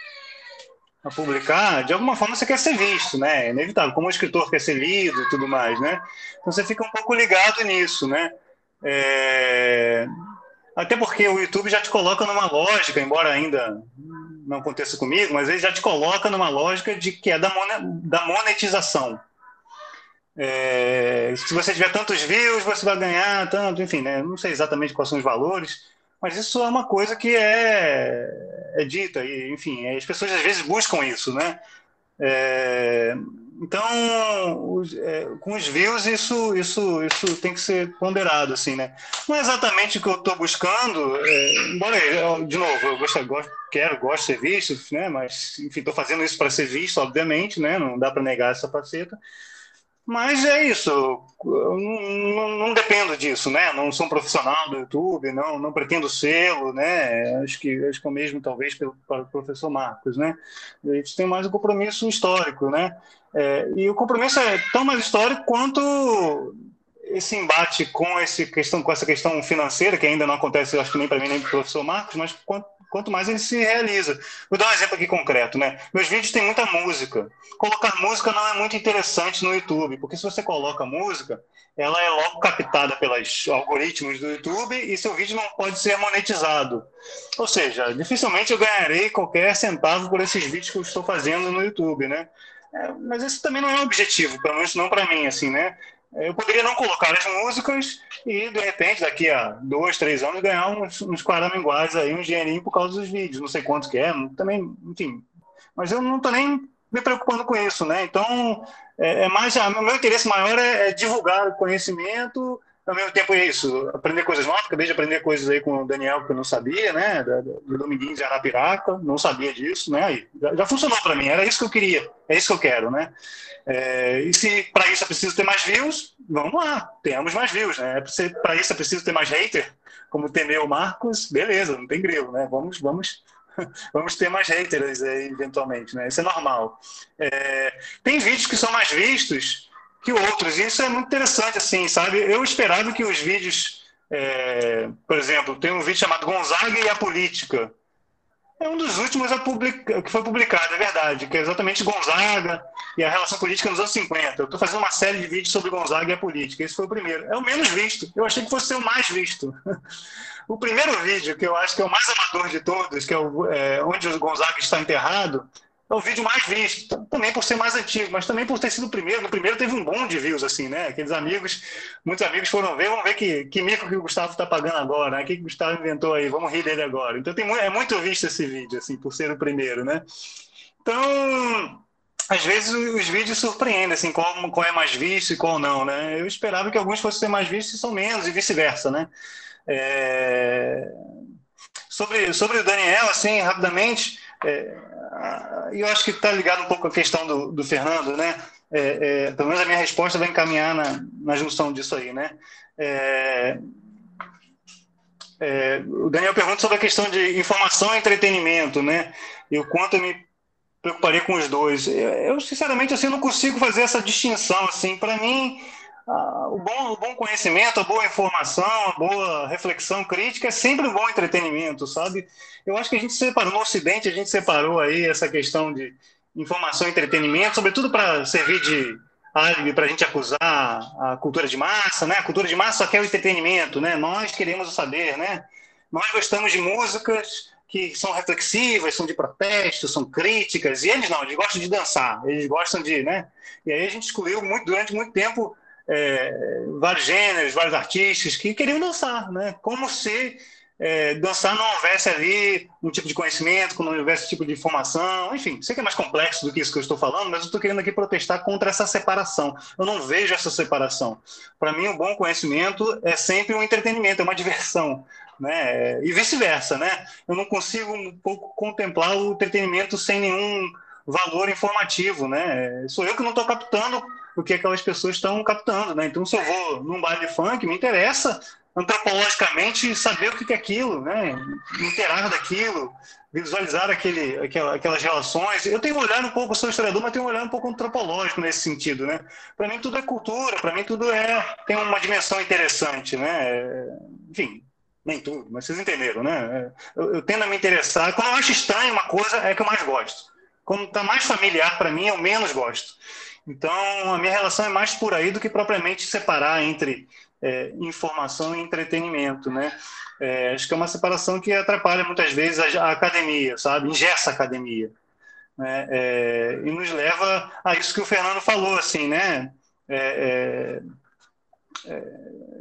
a publicar, de alguma forma você quer ser visto, né? É inevitável, como o escritor quer ser lido e tudo mais, né? Então você fica um pouco ligado nisso, né? É, até porque o YouTube já te coloca numa lógica, embora ainda não aconteça comigo, mas ele já te coloca numa lógica de que é da, da monetização. É, se você tiver tantos views, você vai ganhar tanto, enfim, né? Não sei exatamente quais são os valores, mas isso é uma coisa que é, é dita, e, enfim, as pessoas às vezes buscam isso, né? É, então, os, é, com os views, isso, isso, isso tem que ser ponderado, assim, né? Não é exatamente o que eu estou buscando, é, embora, eu, de novo, eu gosto, gosto, quero, gosto de ser visto, né? Mas, enfim, estou fazendo isso para ser visto, obviamente, né? Não dá para negar essa faceta. Mas é isso, eu não, não, não dependo disso, né? Não sou um profissional do YouTube, não, não pretendo sê-lo, né? Acho que, acho que é o mesmo, talvez, pelo, para o professor Marcos, né? A gente tem mais um compromisso histórico, né? É, e o compromisso é tão mais histórico quanto esse embate com, esse questão, com essa questão financeira, que ainda não acontece, eu acho que nem para mim, nem para o professor Marcos, mas quanto, quanto mais ele se realiza. Vou dar um exemplo aqui concreto, né? Meus vídeos têm muita música. Colocar música não é muito interessante no YouTube, porque se você coloca música, ela é logo captada pelos algoritmos do YouTube e seu vídeo não pode ser monetizado. Ou seja, dificilmente eu ganharei qualquer centavo por esses vídeos que eu estou fazendo no YouTube, né? É, mas esse também não é o objetivo, pelo menos não para mim, assim, né? Eu poderia não colocar as músicas e, de repente, daqui a dois, três anos, ganhar uns, uns quaraminguais aí, um dinheirinho por causa dos vídeos. Não sei quanto que é, também, enfim. Mas eu não estou nem me preocupando com isso, né? Então, é, é mais, o meu interesse maior é, é divulgar o conhecimento, ao mesmo tempo é isso, aprender coisas novas. Acabei de aprender coisas aí com o Daniel que eu não sabia, né? Do Dominguinhos de Arapiraca, não sabia disso, né? Aí, já, já funcionou para mim, era isso que eu queria, é isso que eu quero, né? É, e se para isso é preciso ter mais views, vamos lá, tenhamos mais views, né? Para isso é preciso ter mais hater, como temeu o Marcos, beleza, não tem grilo, né? Vamos, vamos, vamos ter mais haters aí, eventualmente, né? Isso é normal. É, tem vídeos que são mais vistos que outros, e isso é muito interessante, assim, sabe? Eu esperava que os vídeos, é, por exemplo, tem um vídeo chamado Gonzaga e a Política. É um dos últimos a publica, que foi publicado, é verdade, que é exatamente Gonzaga e a relação política nos anos cinquenta. Eu estou fazendo uma série de vídeos sobre Gonzaga e a política. Esse foi o primeiro. É o menos visto. Eu achei que fosse ser o mais visto. O primeiro vídeo, que eu acho que é o mais amador de todos, que é, o, é onde o Gonzaga está enterrado, é o vídeo mais visto, também por ser mais antigo, mas também por ter sido o primeiro. No primeiro teve um boom de views, assim, né? Aqueles amigos, muitos amigos foram ver, vamos ver que, que mico que o Gustavo está pagando agora, né? O que o Gustavo inventou aí, vamos rir dele agora. Então tem, é muito visto esse vídeo, assim, por ser o primeiro, né? Então, às vezes os vídeos surpreendem, assim, qual, qual é mais visto e qual não, né? Eu esperava que alguns fossem ser mais vistos e são menos, e vice-versa, né? É... Sobre, sobre o Daniel, assim, rapidamente... É... eu acho que está ligado um pouco à questão do, do Fernando, né? É, é, pelo menos a minha resposta vai encaminhar na, na junção disso aí, né? É, é, o Daniel pergunta sobre a questão de informação e entretenimento, né? E o quanto eu me preocuparia com os dois. Eu, eu sinceramente, assim, não consigo fazer essa distinção, assim. Para mim, ah, o, bom, o bom conhecimento, a boa informação, a boa reflexão crítica é sempre um bom entretenimento, sabe? Eu acho que a gente separou, no Ocidente, a gente separou aí essa questão de informação e entretenimento, sobretudo para servir de álibi para a gente acusar a cultura de massa, né? A cultura de massa só quer o entretenimento, né? Nós queremos o saber, né? Nós gostamos de músicas que são reflexivas, são de protesto, são críticas, e eles não, eles gostam de dançar, eles gostam de, né? E aí a gente excluiu muito, durante muito tempo é, vários gêneros, vários artistas que queriam dançar, né? Como se é, dançar não houvesse ali um tipo de conhecimento, como não houvesse um tipo de informação, enfim, sei que é mais complexo do que isso que eu estou falando, mas eu estou querendo aqui protestar contra essa separação. Eu não vejo essa separação. Para mim, o bom conhecimento é sempre um entretenimento, é uma diversão, né? E vice-versa, né? Eu não consigo um pouco contemplar o entretenimento sem nenhum valor informativo, né? Sou eu que não estou captando o que aquelas pessoas estão captando, né? Então, se eu vou num baile funk, me interessa antropologicamente saber o que é aquilo, né? Me inteirar daquilo, visualizar aquele, aquela, aquelas relações. Eu tenho um olhar um pouco, eu sou historiador, mas tenho um olhar um pouco antropológico nesse sentido, né? Para mim tudo é cultura, para mim tudo é tem uma dimensão interessante, né? Enfim, nem tudo, mas vocês entenderam, né? Eu, eu tendo a me interessar. Quando eu acho estranho uma coisa, é que eu mais gosto. Quando está mais familiar para mim, eu menos gosto. Então, a minha relação é mais por aí do que propriamente separar entre é, informação e entretenimento, né? É, acho que é uma separação que atrapalha muitas vezes a, a academia, sabe? Engessa a academia, né? É, e nos leva a isso que o Fernando falou, assim, né? É, é, é,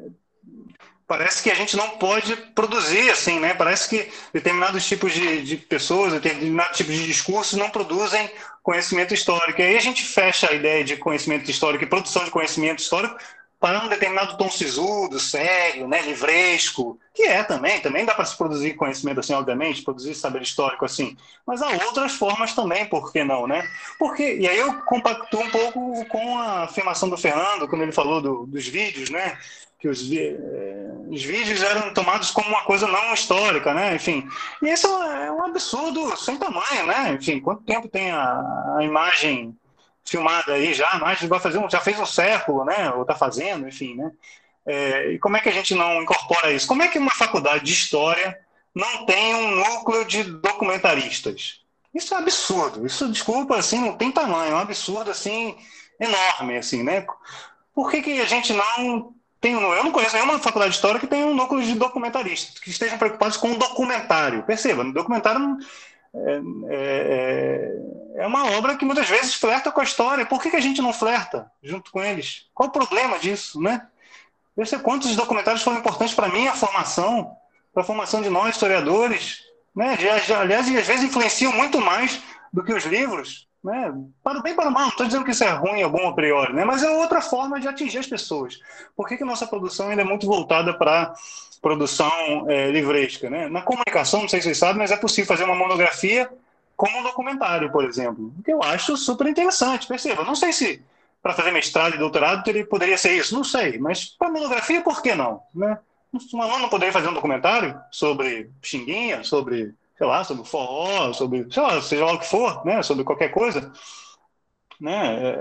parece que a gente não pode produzir, assim, né? Parece que determinados tipos de, de pessoas, determinados tipos de discursos não produzem conhecimento histórico. E aí a gente fecha a ideia de conhecimento histórico e produção de conhecimento histórico para um determinado tom sisudo, sério, né, livresco, que é também, também dá para se produzir conhecimento assim, obviamente, produzir saber histórico assim, mas há outras formas também, por que não, né? Porque, e aí eu compactuo um pouco com a afirmação do Fernando, quando ele falou do, dos vídeos, né, que os, eh, os vídeos eram tomados como uma coisa não histórica, né, enfim, e isso é um absurdo sem tamanho, né, enfim, quanto tempo tem a, a imagem filmada aí já, mas vai fazer um, já fez um século, né? Ou está fazendo, enfim, né? É, e como é que a gente não incorpora isso? Como é que uma faculdade de história não tem um núcleo de documentaristas? Isso é absurdo. Isso, desculpa, assim, não tem tamanho. É um absurdo, assim, enorme, assim, né? Por que que a gente não tem... Eu não conheço nenhuma faculdade de história que tenha um núcleo de documentaristas, que estejam preocupados com o documentário. Perceba, no documentário não... É, é, é uma obra que muitas vezes flerta com a história. Por que que a gente não flerta junto com eles? Qual o problema disso, né? Eu sei quantos documentários foram importantes para a minha formação, para a formação de nós, historiadores, né? Aliás, às vezes influenciam muito mais do que os livros, né? Para o bem e para o mal. Não estou dizendo que isso é ruim ou bom a priori, né? Mas é outra forma de atingir as pessoas. Por que que a nossa produção ainda é muito voltada para produção é, livresca, né? Na comunicação, não sei se vocês sabem, mas é possível fazer uma monografia como um documentário, por exemplo, o que eu acho super interessante. Perceba, não sei se para fazer mestrado e doutorado ele poderia ser isso, não sei, mas para monografia, por que não, né? Um aluno poderia fazer um documentário sobre Pixinguinha, sobre, sei lá, sobre forró, sobre, sei lá, seja lá o que for, né? Sobre qualquer coisa, né?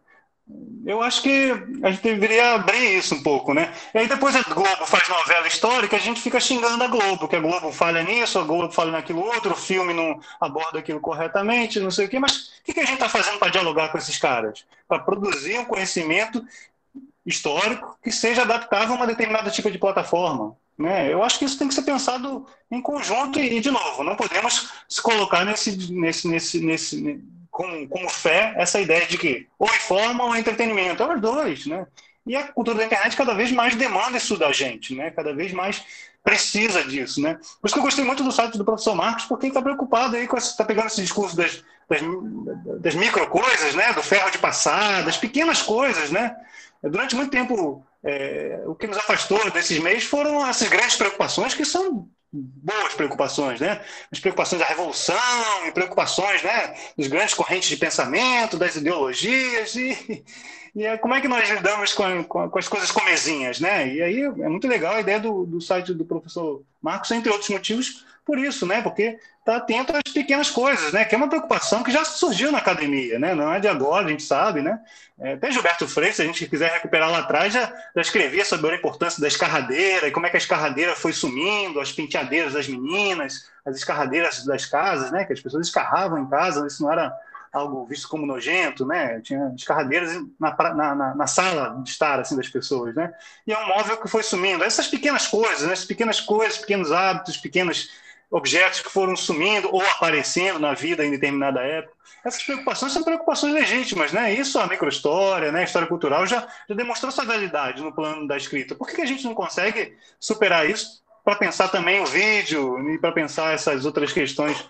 Eu acho que a gente deveria abrir isso um pouco, né? E aí depois a Globo faz novela histórica, a gente fica xingando a Globo, que a Globo falha nisso, a Globo falha naquilo outro, o filme não aborda aquilo corretamente, não sei o quê. Mas o que a gente está fazendo para dialogar com esses caras? Para produzir um conhecimento histórico que seja adaptável a uma determinada tipo de plataforma, né? Eu acho que isso tem que ser pensado em conjunto e, de novo, não podemos se colocar nesse... nesse, nesse, nesse Com, como fé, essa ideia de que ou informa ou entretenimento, é os dois, né? E a cultura da internet cada vez mais demanda isso da gente, né? Cada vez mais precisa disso, né? Por isso que eu gostei muito do site do professor Marcos, porque ele está preocupado aí com esse, está pegando esse discurso das, das, das micro coisas, né? Do ferro de passar, das pequenas coisas, né? Durante muito tempo, é, o que nos afastou desses meios foram essas grandes preocupações que são boas preocupações, né? As preocupações da revolução e preocupações, né, das grandes correntes de pensamento, das ideologias e, e como é que nós lidamos com, com, com as coisas comezinhas, né? E aí é muito legal a ideia do, do site do professor Marcos, entre outros motivos, por isso, né? Porque está atento às pequenas coisas, né? Que é uma preocupação que já surgiu na academia, né? Não é de agora, a gente sabe, né? É, até Gilberto Freire, se a gente quiser recuperar lá atrás, já, já escrevia sobre a importância da escarradeira e como é que a escarradeira foi sumindo, as penteadeiras das meninas, as escarradeiras das casas, né? Que as pessoas escarravam em casa, isso não era algo visto como nojento, né? Tinha escarradeiras na, na, na sala de estar assim, das pessoas, né? E é um móvel que foi sumindo. Essas pequenas coisas, né? Essas pequenas coisas, pequenos hábitos, pequenos objetos que foram sumindo ou aparecendo na vida em determinada época. Essas preocupações são preocupações legítimas, né? Isso a microhistória, né? A história cultural já, já demonstrou sua validade no plano da escrita. Por que que a gente não consegue superar isso para pensar também o vídeo e para pensar essas outras questões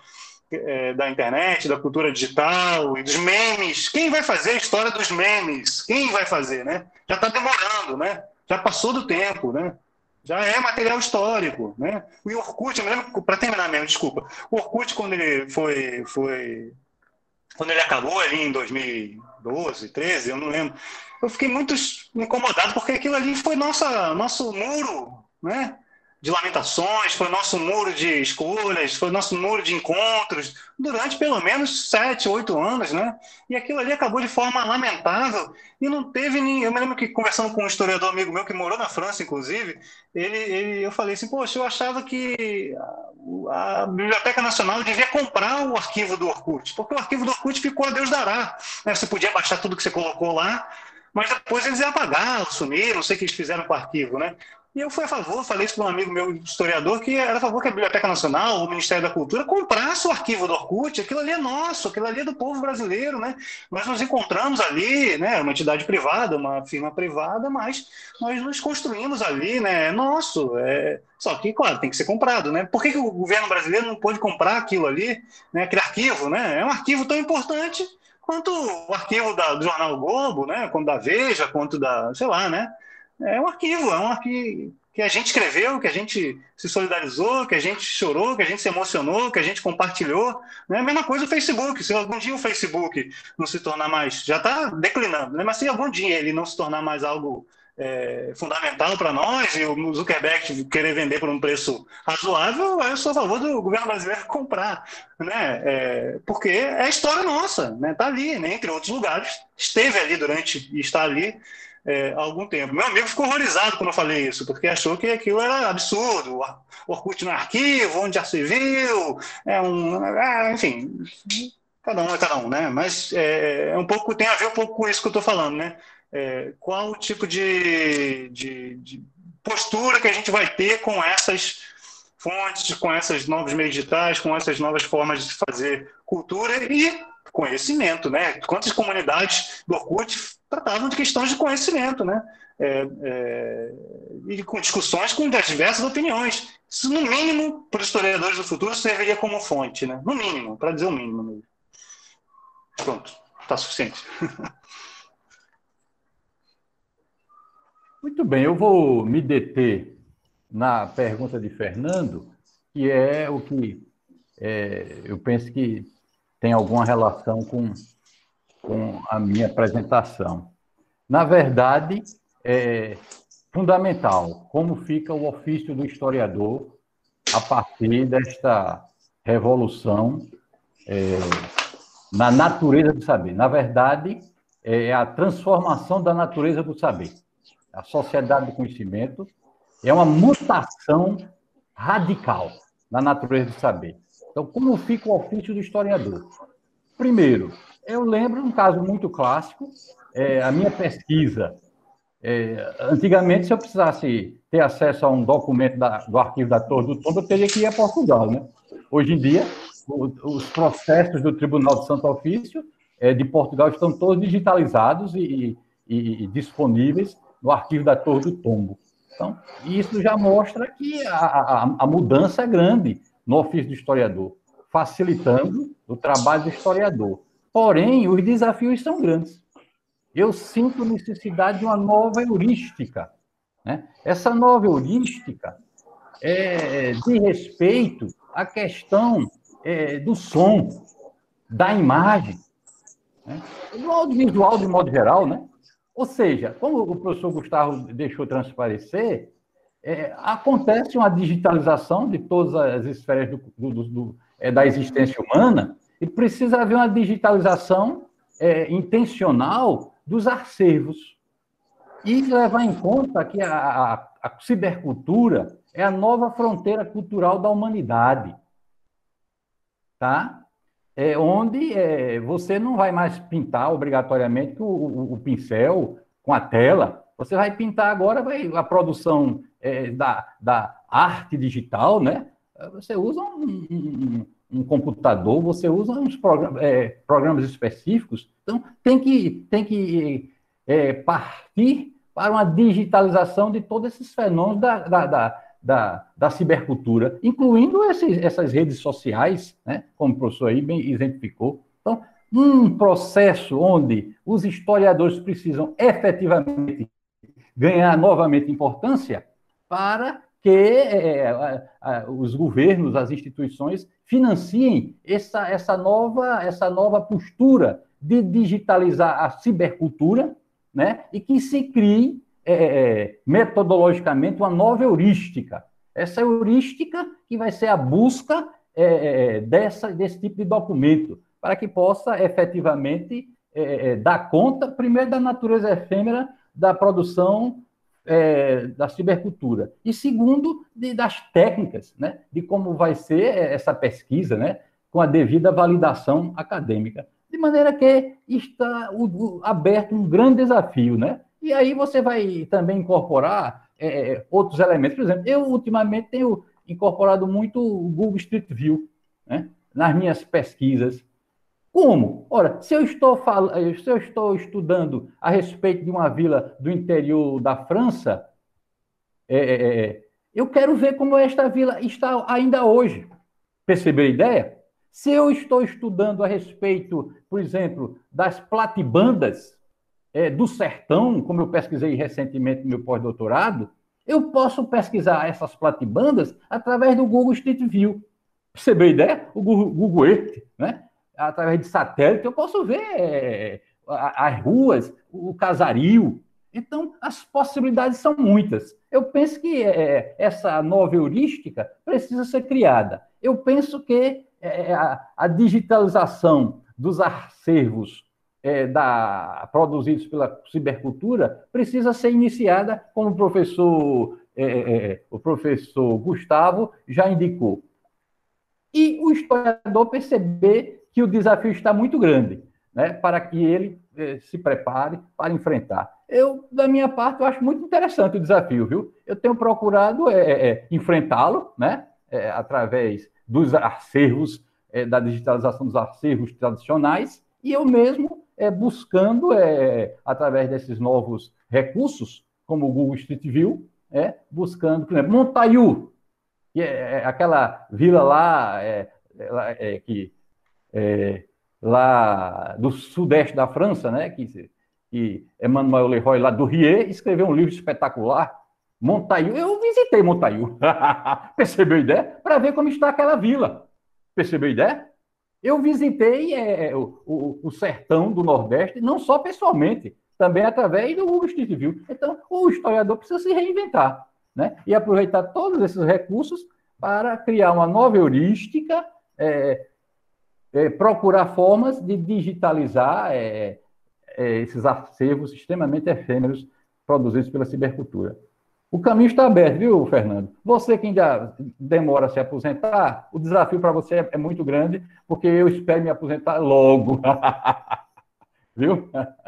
é, da internet, da cultura digital e dos memes? Quem vai fazer a história dos memes? Quem vai fazer, né? Já está demorando, né? Já passou do tempo, né? Já é material histórico, né? O Orkut, eu me lembro, para terminar mesmo, desculpa, o Orkut, quando ele foi, foi, quando ele acabou ali em dois mil e doze, treze, eu não lembro, eu fiquei muito incomodado, porque aquilo ali foi nossa, nosso muro, né? De lamentações, foi nosso muro de escolhas, foi nosso muro de encontros, durante pelo menos sete, oito anos, né? E aquilo ali acabou de forma lamentável e não teve nem... Eu me lembro que, conversando com um historiador amigo meu que morou na França, inclusive, ele, ele, eu falei assim, poxa, eu achava que a, a Biblioteca Nacional devia comprar o arquivo do Orkut, porque o arquivo do Orkut ficou a Deus dará, né? Você podia baixar tudo que você colocou lá, mas depois eles iam apagar, sumir, não sei o que eles fizeram com o arquivo, né? E eu fui a favor, falei isso para um amigo meu historiador, que era a favor que a Biblioteca Nacional, o Ministério da Cultura, comprasse o arquivo do Orkut. Aquilo ali é nosso, aquilo ali é do povo brasileiro, né? Nós nos encontramos ali, né? Uma entidade privada, uma firma privada, mas nós nos construímos ali, né? É nosso. É... Só que, claro, tem que ser comprado, né? Por que que o governo brasileiro não pôde comprar aquilo ali, né? Aquele arquivo, né? É um arquivo tão importante quanto o arquivo da, do jornal o Globo, né? Quanto da Veja, quanto da, sei lá, né? É um arquivo, é um arquivo que a gente escreveu, que a gente se solidarizou, que a gente chorou, que a gente se emocionou, que a gente compartilhou. Né? A mesma coisa o Facebook. Se algum dia o Facebook não se tornar mais... Já está declinando, né? Mas se algum dia ele não se tornar mais algo é, fundamental para nós e o Zuckerberg querer vender por um preço razoável, eu sou a favor do governo brasileiro comprar. Né? É, porque é a história nossa, né? Está ali, né? Entre outros lugares. Esteve ali durante e está ali É, há algum tempo. Meu amigo ficou horrorizado quando eu falei isso, porque achou que aquilo era absurdo. O Orkut no arquivo, onde já se viu, é um, é, enfim, cada um é cada um, né? Mas é, é um pouco, tem a ver um pouco com isso que eu estou falando, né? É, qual o tipo de, de, de postura que a gente vai ter com essas fontes, com esses novos meios digitais, com essas novas formas de fazer cultura e conhecimento, né? Quantas comunidades do Orkut tratavam de questões de conhecimento, né? É, é, e com discussões com das diversas opiniões. Isso, no mínimo, para os historiadores do futuro, serviria como fonte, né? No mínimo, para dizer o mínimo mesmo. Pronto, está suficiente. Muito bem, eu vou me deter na pergunta de Fernando, que é o que é, eu penso que tem alguma relação com, com a minha apresentação. Na verdade, é fundamental como fica o ofício do historiador a partir desta revolução é, na natureza do saber. Na verdade, é a transformação da natureza do saber. A sociedade do conhecimento é uma mutação radical na natureza do saber. Então, como fica o ofício do historiador? Primeiro, eu lembro um caso muito clássico, é, a minha pesquisa. É, antigamente, se eu precisasse ter acesso a um documento da, do arquivo da Torre do Tombo, eu teria que ir a Portugal, né? Hoje em dia, o, os processos do Tribunal de Santo Ofício é, de Portugal estão todos digitalizados e, e, e disponíveis no arquivo da Torre do Tombo. Então, isso já mostra que a, a, a mudança é grande no ofício do historiador, facilitando o trabalho do historiador. Porém, os desafios são grandes. Eu sinto necessidade de uma nova heurística. Né? Essa nova heurística é de respeito à questão é, do som, da imagem, né? Do audiovisual de modo geral, né? Ou seja, como o professor Gustavo deixou transparecer, é, acontece uma digitalização de todas as esferas do, do, do, é, da existência humana e precisa haver uma digitalização é, intencional dos acervos. E levar em conta que a, a, a cibercultura é a nova fronteira cultural da humanidade. Tá? É onde é, você não vai mais pintar obrigatoriamente o, o, o pincel com a tela. Você vai pintar agora vai, a produção é, da, da arte digital, né? Você usa um, um, um computador, você usa uns programas, é, programas específicos. Então, tem que, tem que é, partir para uma digitalização de todos esses fenômenos da, da, da, da, da cibercultura, incluindo esses, essas redes sociais, né? Como o professor aí bem exemplificou. Então, um processo onde os historiadores precisam efetivamente ganhar novamente importância para que é, a, a, os governos, as instituições financiem essa, essa, nova, essa nova postura de digitalizar a cibercultura, né? E que se crie é, metodologicamente uma nova heurística. Essa heurística que vai ser a busca é, dessa, desse tipo de documento, para que possa efetivamente é, dar conta, primeiro, da natureza efêmera da produção é, da cibercultura, e segundo, de, das técnicas, né, de como vai ser essa pesquisa, né, com a devida validação acadêmica. De maneira que está o, o, aberto um grande desafio, né? E aí você vai também incorporar é, outros elementos. Por exemplo, eu ultimamente tenho incorporado muito o Google Street View, né, nas minhas pesquisas. Como? Ora, se eu, estou fal... se eu estou estudando a respeito de uma vila do interior da França, é, é, eu quero ver como esta vila está ainda hoje. Percebeu a ideia? Se eu estou estudando a respeito, por exemplo, das platibandas é, do sertão, como eu pesquisei recentemente no meu pós-doutorado, eu posso pesquisar essas platibandas através do Google Street View. Pra você ter ideia? O Google, Google Earth, né? Através de satélite, eu posso ver é, as ruas, o casario. Então, as possibilidades são muitas. Eu penso que é, essa nova heurística precisa ser criada. Eu penso que é, a, a digitalização dos acervos é, da, produzidos pela cibercultura precisa ser iniciada, como o professor, é, é, o professor Gustavo já indicou. E o historiador perceber que o desafio está muito grande, né, para que ele eh, se prepare para enfrentar. Eu, da minha parte, eu acho muito interessante o desafio, viu? Eu tenho procurado é, é, enfrentá-lo, né, é, através dos acervos, é, da digitalização dos acervos tradicionais, e eu mesmo é, buscando, é, através desses novos recursos, como o Google Street View, é, buscando, por exemplo, Montaillou, que é aquela vila lá, é, é, que, é, lá do sudeste da França, né, que, que Emmanuel Leroy, lá do Rie, escreveu um livro espetacular, Montaillou. Eu visitei Montaillou, percebeu a ideia? Para ver como está aquela vila, percebeu a ideia? Eu visitei é, o, o, o sertão do Nordeste, não só pessoalmente, também através do Google Street View. Então, o historiador precisa se reinventar, né? E aproveitar todos esses recursos para criar uma nova heurística, é, é, procurar formas de digitalizar é, é, esses acervos extremamente efêmeros produzidos pela cibercultura. O caminho está aberto, viu, Fernando? Você que ainda demora a se aposentar, o desafio para você é, é muito grande, porque eu espero me aposentar logo. Viu?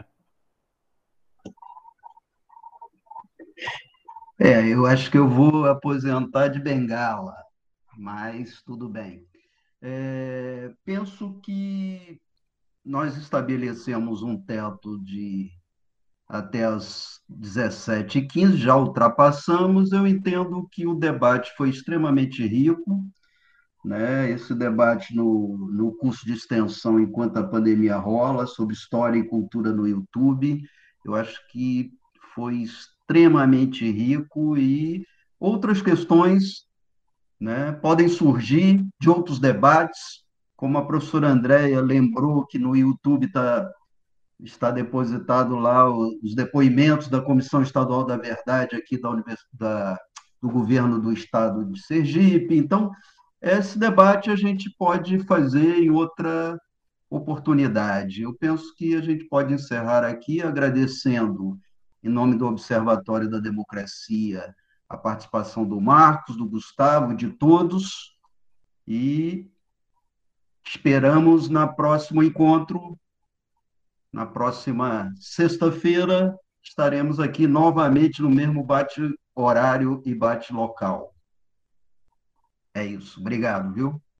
É, eu acho que eu vou aposentar de bengala, mas tudo bem. É, penso que nós estabelecemos um teto de até as dezessete e quinze, já ultrapassamos. Eu entendo que o debate foi extremamente rico, né? Esse debate no, no curso de extensão, enquanto a pandemia rola, sobre história e cultura no YouTube, eu acho que foi extremamente rico e outras questões, né, podem surgir de outros debates, como a professora Andréia lembrou que no YouTube está está depositado lá os depoimentos da Comissão Estadual da Verdade aqui da, Univers... da do governo do estado de Sergipe. Então, esse debate a gente pode fazer em outra oportunidade. Eu penso que a gente pode encerrar aqui agradecendo, em nome do Observatório da Democracia, a participação do Marcos, do Gustavo, de todos, e esperamos na próximo encontro, na próxima sexta-feira, estaremos aqui novamente no mesmo bate-horário e bate-local. É isso. Obrigado, viu?